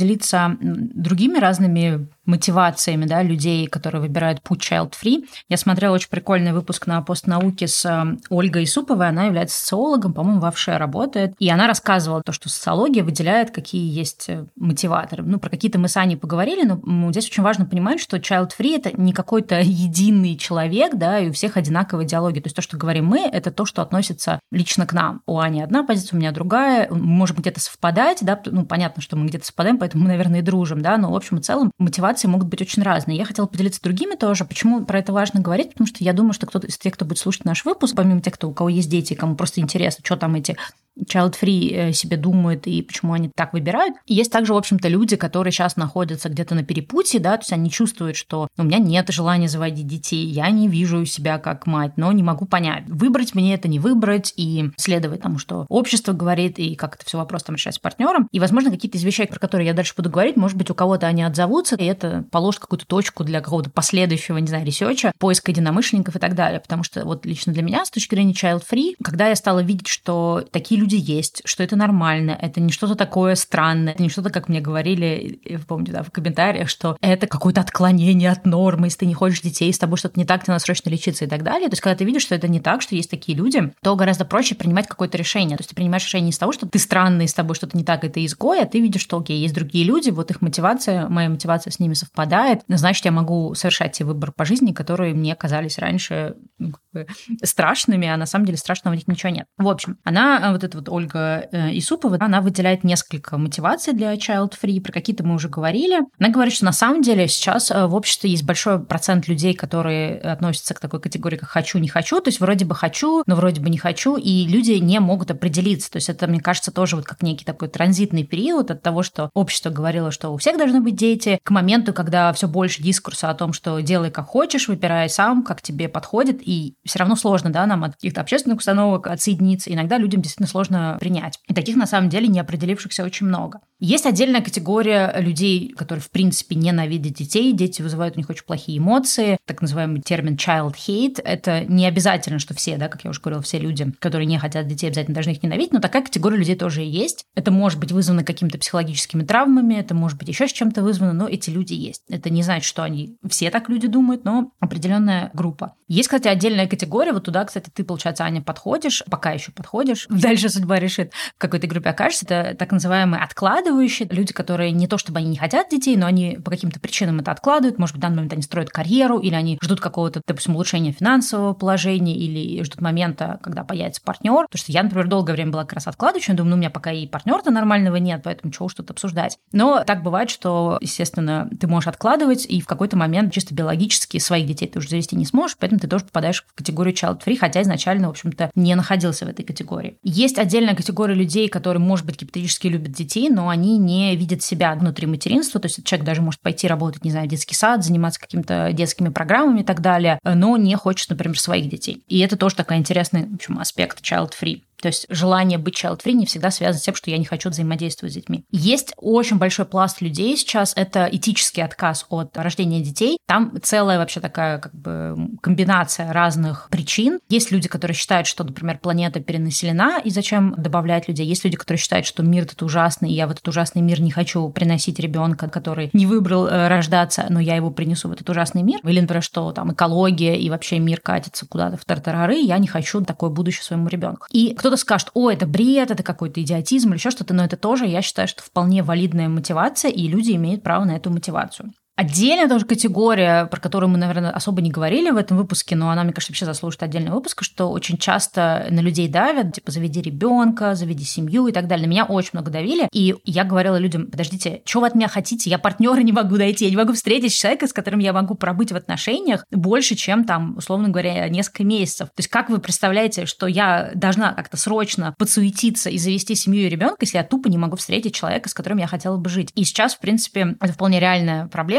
поделиться другими разными мотивациями, да, людей, которые выбирают путь child-free. Я смотрела очень прикольный выпуск на Постнауке с Ольгой Исуповой. Она является социологом, по-моему, в АВШЭ работает. И она рассказывала то, что социология выделяет, какие есть мотиваторы. Ну, про какие-то мы с Аней поговорили, но здесь очень важно понимать, что child-free – это не какой-то единый человек, да, и у всех одинаковая идеология. То есть то, что говорим мы, это то, что относится лично к нам. У Ани одна позиция, у меня другая. Мы можем где-то совпадать, да, ну, понятно, что мы где-то совпадаем, поэтому мы, наверное, и дружим, да, но в общем и целом мотивация могут быть очень разные. Я хотела поделиться другими тоже. Почему про это важно говорить? Потому что я думаю, что кто-то из тех, кто будет слушать наш выпуск, помимо тех, кто, у кого есть дети, кому просто интересно, что там эти child-free себе думают и почему они так выбирают. И есть также, в общем-то, люди, которые сейчас находятся где-то на перепутье, да, то есть они чувствуют, что у меня нет желания заводить детей, я не вижу себя как мать, но не могу понять, выбрать мне это, не выбрать, и следовать тому, что общество говорит, и как это все вопрос там решать с партнером. И, возможно, какие-то из вещей, про которые я дальше буду говорить, может быть, у кого-то они отзовутся, и это положит какую-то точку для какого-то последующего, не знаю, ресерча, поиска единомышленников и так далее. Потому что вот лично для меня, с точки зрения child-free, когда я стала видеть, что такие люди есть, что это нормально, это не что-то такое странное, это не что-то, как мне говорили, я помню, да, в комментариях, что это какое-то отклонение от нормы, если ты не хочешь детей, с тобой что-то не так, тебе надо срочно лечиться и так далее. То есть, когда ты видишь, что это не так, что есть такие люди, то гораздо проще принимать какое-то решение. То есть, ты принимаешь решение не из того, что ты странный, с тобой что-то не так, и ты изгой, а ты видишь, что, окей, есть другие люди, вот их мотивация, моя мотивация с ними совпадает, значит, я могу совершать те выборы по жизни, которые мне казались раньше, ну, как бы страшными, а на самом деле страшного в них ничего нет. В общем, она, вот эта вот Ольга Исупова, она выделяет несколько мотиваций для child-free, про какие-то мы уже говорили. Она говорит, что на самом деле сейчас в обществе есть большой процент людей, которые относятся к такой категории, как «хочу, не хочу», то есть вроде бы «хочу», но вроде бы не хочу, и люди не могут определиться. То есть это, мне кажется, тоже вот как некий такой транзитный период от того, что общество говорило, что у всех должны быть дети, к моменту, когда все больше дискурса о том, что делай как хочешь, выбирай сам, как тебе подходит, и все равно сложно, да, нам от каких-то общественных установок отсоединиться. Иногда людям действительно сложно принять. И таких, на самом деле, не определившихся очень много. Есть отдельная категория людей, которые, в принципе, ненавидят детей. Дети вызывают у них очень плохие эмоции. Так называемый термин child hate. Это не обязательно, что все, да, как я уже говорила, все люди, которые не хотят детей, обязательно должны их ненавидеть, но такая категория людей тоже и есть. Это может быть вызвано какими-то психологическими травмами, это может быть еще с чем-то вызвано, но эти люди есть. Это не значит, что они все так люди думают, но определенная группа. Есть, кстати, отдельная категория, вот туда, кстати, ты, получается, Аня, подходишь, пока еще подходишь, дальше судьба решит, в какой ты группе окажешься. Это так называемые откладывающие люди, которые не то чтобы они не хотят детей, но они по каким-то причинам это откладывают. Может быть, в данный момент они строят карьеру, или они ждут какого-то, допустим, улучшения финансового положения, или ждут момента, когда появится партнер. Потому что я, например, долгое время была как раз откладывающей, думаю, ну, у меня пока и партнера-то нормального нет, поэтому чего уж тут обсуждать. Но так бывает, что, естественно, ты можешь откладывать, и в какой-то момент чисто биологически своих детей ты уже завести не сможешь, поэтому ты тоже попадаешь в категорию child-free, хотя изначально, в общем-то, не находился в этой категории. Есть отдельная категория людей, которые, может быть, гипотетически любят детей, но они не видят себя внутри материнства, то есть человек даже может пойти работать, не знаю, в детский сад, заниматься какими-то детскими программами и так далее, но не хочет, например, своих детей. И это тоже такой интересный, в общем, аспект child-free. То есть желание быть child-free не всегда связано с тем, что я не хочу взаимодействовать с детьми. Есть очень большой пласт людей сейчас, это этический отказ от рождения детей. Там целая вообще такая как бы комбинация разных причин. Есть люди, которые считают, что, например, планета перенаселена, и зачем добавлять людей. Есть люди, которые считают, что мир этот ужасный, и я в этот ужасный мир не хочу приносить ребенка, который не выбрал э, рождаться, но я его принесу в этот ужасный мир. Или, например, что там экология и вообще мир катится куда-то в тартарары, я не хочу такое будущее своему ребенку. И кто Кто-то скажет, о, это бред, это какой-то идиотизм или еще что-то, но это тоже, я считаю, что вполне валидная мотивация, и люди имеют право на эту мотивацию. Отдельная тоже категория, про которую мы, наверное, особо не говорили в этом выпуске, но она, мне кажется, вообще заслуживает отдельного выпуска, что очень часто на людей давят, типа, заведи ребенка, заведи семью и так далее. На меня очень много давили, и я говорила людям, подождите, что вы от меня хотите? Я партнера не могу найти, я не могу встретить человека, с которым я могу пробыть в отношениях больше, чем там, условно говоря, несколько месяцев. То есть как вы представляете, что я должна как-то срочно подсуетиться и завести семью и ребенка, если я тупо не могу встретить человека, с которым я хотела бы жить? И сейчас, в принципе, это вполне реальная проблема.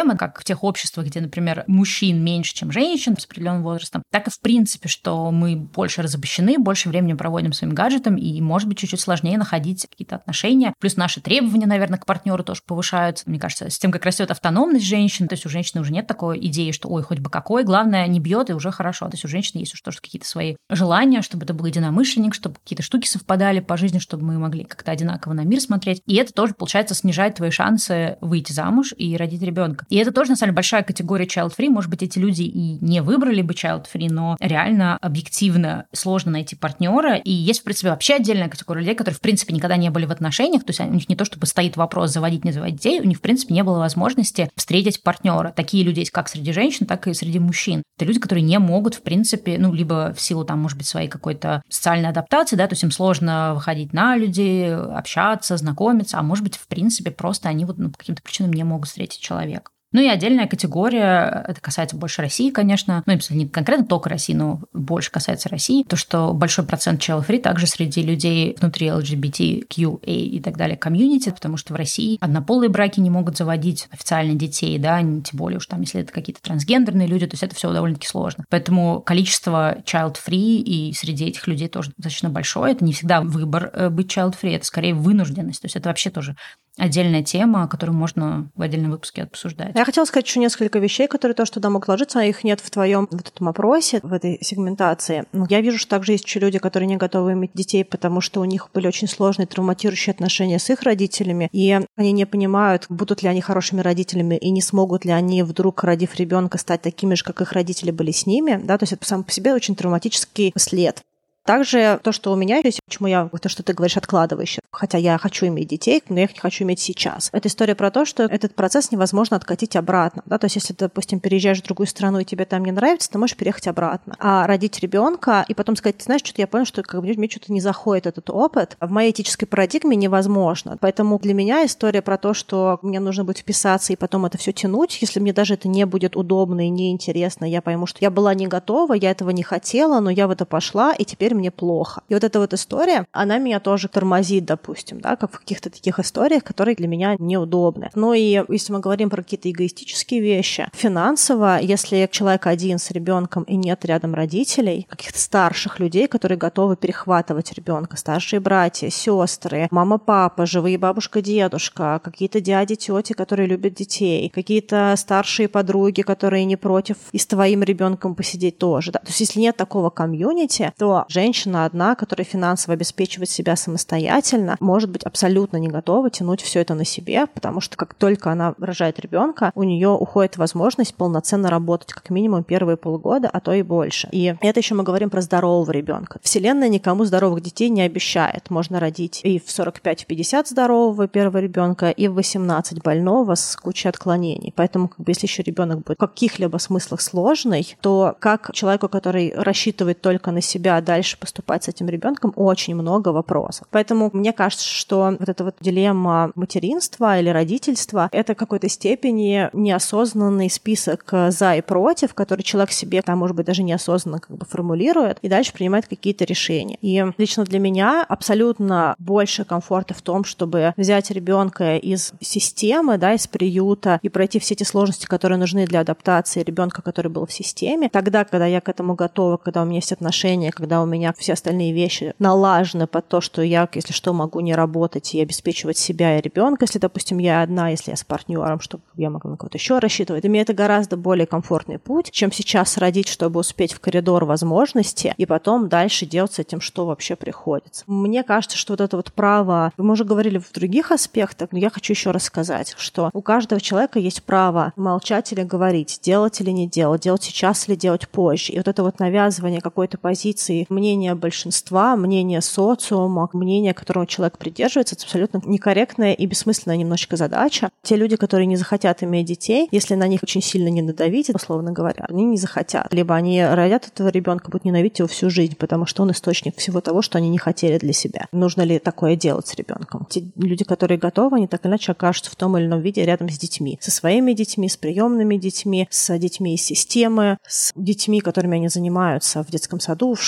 проблема, как в тех обществах, где, например, мужчин меньше, чем женщин с определенным возрастом, так и в принципе, что мы больше разобщены, больше времени проводим своим гаджетом, и, может быть, чуть-чуть сложнее находить какие-то отношения. Плюс наши требования, наверное, к партнеру тоже повышаются. Мне кажется, с тем, как растет автономность женщин, то есть у женщины уже нет такой идеи, что ой, хоть бы какой, главное, не бьет, и уже хорошо. То есть у женщины есть уж тоже какие-то свои желания, чтобы это был единомышленник, чтобы какие-то штуки совпадали по жизни, чтобы мы могли как-то одинаково на мир смотреть. И это тоже, получается, снижает твои шансы выйти замуж и родить ребенка. И это тоже, на самом деле, большая категория child-free. Может быть, эти люди и не выбрали бы child-free, но реально объективно сложно найти партнера. И есть, в принципе, вообще отдельная категория людей, которые, в принципе, никогда не были в отношениях. То есть у них не то, чтобы стоит вопрос заводить, не заводить детей, у них, в принципе, не было возможности встретить партнера. Такие люди есть как среди женщин, так и среди мужчин. Это люди, которые не могут, в принципе, ну, либо в силу, там, может быть, своей какой-то социальной адаптации, да, то есть им сложно выходить на людей, общаться, знакомиться, а может быть, в принципе, просто они вот, ну, по каким-то причинам не могут встретить человека. Ну и отдельная категория, это касается больше России, конечно, ну, не конкретно только России, но больше касается России, то, что большой процент child-free также среди людей внутри эл джи би ти кью эй и так далее комьюнити, потому что в России однополые браки не могут заводить официально детей, да, тем более уж там, если это какие-то трансгендерные люди, то есть это все довольно-таки сложно. Поэтому количество child-free и среди этих людей тоже достаточно большое. Это не всегда выбор быть child-free, это скорее вынужденность, то есть это вообще тоже отдельная тема, которую можно в отдельном выпуске обсуждать. Я хотела сказать еще несколько вещей, которые тоже туда могут ложиться, а их нет в твоем вот этом опросе, в этой сегментации. Я вижу, что также есть еще люди, которые не готовы иметь детей, потому что у них были очень сложные травматирующие отношения с их родителями, и они не понимают, будут ли они хорошими родителями, и не смогут ли они вдруг, родив ребенка, стать такими же, как их родители были с ними. Да? То есть это сам по себе очень травматический след. Также то, что у меня есть, почему я, то, что ты говоришь, откладываешь, хотя я хочу иметь детей, но я их не хочу иметь сейчас. Это история про то, что этот процесс невозможно откатить обратно. Да? То есть если ты, допустим, переезжаешь в другую страну, и тебе там не нравится, ты можешь переехать обратно. А родить ребенка и потом сказать, ты знаешь, что-то я понял, что как бы, мне что-то не заходит этот опыт, в моей этической парадигме невозможно. Поэтому для меня история про то, что мне нужно будет вписаться и потом это все тянуть, если мне даже это не будет удобно и неинтересно, я пойму, что я была не готова, я этого не хотела, но я в это пошла, и теперь мне плохо. И вот эта вот история, она меня тоже тормозит, допустим, да, как в каких-то таких историях, которые для меня неудобны. Ну и если мы говорим про какие-то эгоистические вещи, финансово, если человек один с ребенком и нет рядом родителей, каких-то старших людей, которые готовы перехватывать ребенка, старшие братья, сестры, мама, папа, живые бабушка, дедушка, какие-то дяди, тети, которые любят детей, какие-то старшие подруги, которые не против и с твоим ребенком посидеть тоже. Да? То есть если нет такого комьюнити, то женщина одна, которая финансово обеспечивает себя самостоятельно, может быть абсолютно не готова тянуть все это на себе, потому что как только она рожает ребенка, у нее уходит возможность полноценно работать как минимум первые полгода, а то и больше. И это еще мы говорим про здорового ребенка. Вселенная никому здоровых детей не обещает. Можно родить и в сорок пять - пятьдесят здорового первого ребенка, и в восемнадцать больного с кучей отклонений. Поэтому, как бы, если еще ребенок будет в каких-либо смыслах сложный, то как человеку, который рассчитывает только на себя, дальше поступать с этим ребенком, очень много вопросов. Поэтому мне кажется, что вот эта вот дилемма материнства или родительства — это в какой-то степени неосознанный список за и против, который человек себе, там, может быть, даже неосознанно как бы формулирует и дальше принимает какие-то решения. И лично для меня абсолютно больше комфорта в том, чтобы взять ребенка из системы, да, из приюта и пройти все эти сложности, которые нужны для адаптации ребенка, который был в системе. Тогда, когда я к этому готова, когда у меня есть отношения, когда у меня все остальные вещи налажены под то, что я, если что, могу не работать и обеспечивать себя и ребенка, если, допустим, я одна, если я с партнером, чтобы я могла на кого-то еще рассчитывать. Для меня это гораздо более комфортный путь, чем сейчас родить, чтобы успеть в коридор возможности и потом дальше делать с этим, что вообще приходится. Мне кажется, что вот это вот право, мы уже говорили в других аспектах, но я хочу еще раз сказать, что у каждого человека есть право молчать или говорить, делать или не делать, делать сейчас или делать позже. И вот это вот навязывание какой-то позиции, мнение большинства, мнение социума, мнение, которого человек придерживается, это абсолютно некорректная и бессмысленная немножечко задача. Те люди, которые не захотят иметь детей, если на них очень сильно не надавить, условно говоря, они не захотят. Либо они родят этого ребенка, будут ненавидеть его всю жизнь, потому что он источник всего того, что они не хотели для себя. Нужно ли такое делать с ребенком? Те люди, которые готовы, они так или иначе окажутся в том или ином виде рядом с детьми. Со своими детьми, с приемными детьми, с детьми из системы, с детьми, которыми они занимаются в детском саду, в школе,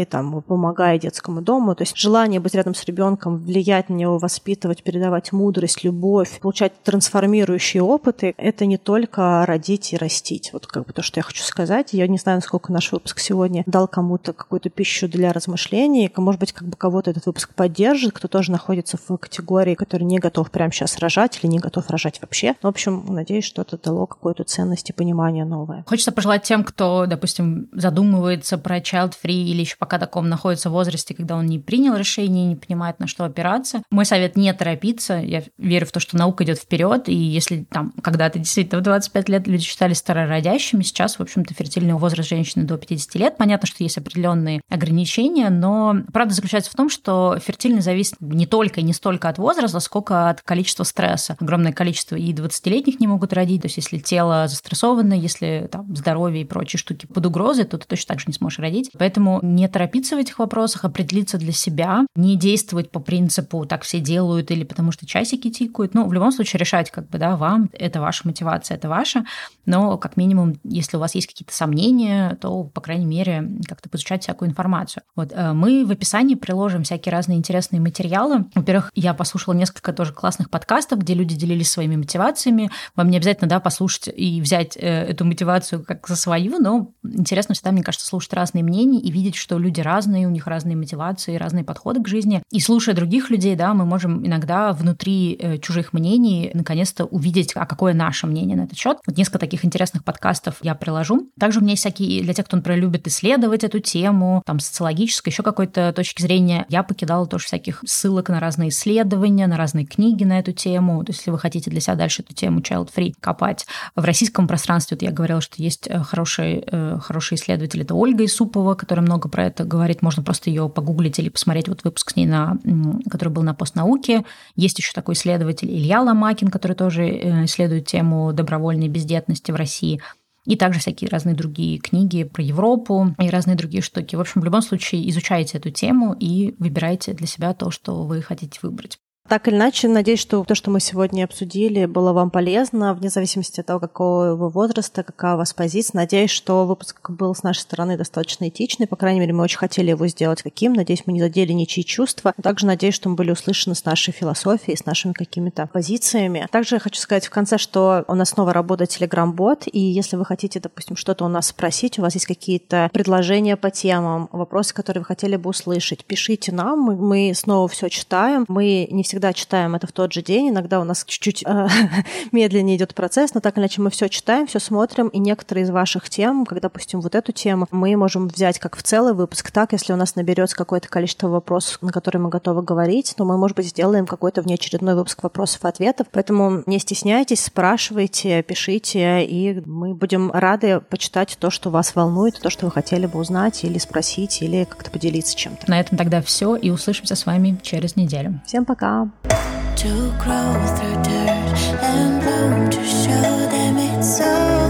там, помогая детскому дому. То есть желание быть рядом с ребенком, влиять на него, воспитывать, передавать мудрость, любовь, получать трансформирующие опыты — это не только родить и растить. Вот как бы то, что я хочу сказать. Я не знаю, насколько наш выпуск сегодня дал кому-то какую-то пищу для размышлений. Может быть, как бы кого-то этот выпуск поддержит, кто тоже находится в категории, который не готов прямо сейчас рожать или не готов рожать вообще. В общем, надеюсь, что это дало какую-то ценность и понимание новое. Хочется пожелать тем, кто, допустим, задумывается про child-free или еще пока таком находится в возрасте, когда он не принял решение, не понимает, на что опираться. Мой совет — не торопиться. Я верю в то, что наука идет вперед, и если там когда-то действительно в двадцать пять лет люди считали старородящими, сейчас, в общем-то, фертильный возраст женщины до пятидесяти лет. Понятно, что есть определенные ограничения, но правда заключается в том, что фертильность зависит не только и не столько от возраста, сколько от количества стресса. Огромное количество и двадцатилетних не могут родить, то есть если тело застрессовано, если там здоровье и прочие штуки под угрозой, то ты точно так же не сможешь родить. Поэтому не торопиться в этих вопросах, определиться для себя, не действовать по принципу «так все делают» или потому что часики тикают. Ну, в любом случае решать, как бы, да, вам, это ваша мотивация, это ваша, но как минимум, если у вас есть какие-то сомнения, то, по крайней мере, как-то поизучать всякую информацию. Вот мы в описании приложим всякие разные интересные материалы. Во-первых, я послушала несколько тоже классных подкастов, где люди делились своими мотивациями. Вам не обязательно, да, послушать и взять эту мотивацию как за свою, но интересно всегда, мне кажется, слушать разные мнения и видеть, что люди разные, у них разные мотивации, разные подходы к жизни. И слушая других людей, да, мы можем иногда внутри чужих мнений наконец-то увидеть, а какое наше мнение на этот счет. Вот несколько таких интересных подкастов я приложу. Также у меня есть всякие, для тех, кто, например, любит исследовать эту тему, там, социологической, еще какой-то точки зрения, я покидала тоже всяких ссылок на разные исследования, на разные книги на эту тему. То есть, если вы хотите для себя дальше эту тему child-free копать. В российском пространстве, вот я говорила, что есть хороший, хороший исследователь, это Ольга Исупова, которая много про это говорит. Можно просто ее погуглить или посмотреть вот выпуск с ней, на, который был на Постнауке. Есть еще такой исследователь Илья Ломакин, который тоже исследует тему добровольной бездетности в России. И также всякие разные другие книги про Европу и разные другие штуки. В общем, в любом случае изучайте эту тему и выбирайте для себя то, что вы хотите выбрать. Так или иначе, надеюсь, что то, что мы сегодня обсудили, было вам полезно, вне зависимости от того, какого вы возраста, какая у вас позиция. Надеюсь, что выпуск был с нашей стороны достаточно этичный. По крайней мере, мы очень хотели его сделать таким. Надеюсь, мы не задели ничьи чувства. Также надеюсь, что мы были услышаны с нашей философией, с нашими какими-то позициями. Также я хочу сказать в конце, что у нас снова работает Telegram-бот, и если вы хотите, допустим, что-то у нас спросить, у вас есть какие-то предложения по темам, вопросы, которые вы хотели бы услышать, пишите нам, мы снова все читаем. Мы не всегда Всегда читаем это в тот же день, иногда у нас чуть-чуть э, медленнее идет процесс, но так или иначе мы все читаем, все смотрим, и некоторые из ваших тем, как, допустим, вот эту тему, мы можем взять как в целый выпуск, так, если у нас наберется какое-то количество вопросов, на которые мы готовы говорить, то мы, может быть, сделаем какой-то внеочередной выпуск вопросов и ответов, поэтому не стесняйтесь, спрашивайте, пишите, и мы будем рады почитать то, что вас волнует, то, что вы хотели бы узнать или спросить, или как-то поделиться чем-то. На этом тогда все, и услышимся с вами через неделю. Всем пока! To grow through dirt and bloom to show them it's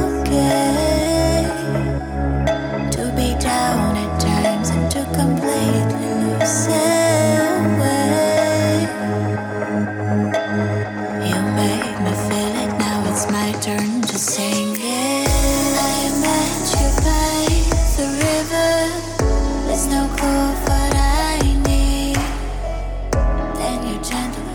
okay to be down at times and to completely lose their way. You make me feel it, now it's my turn to sing it. I met you by the river, there's no clue of what I need. Then you gently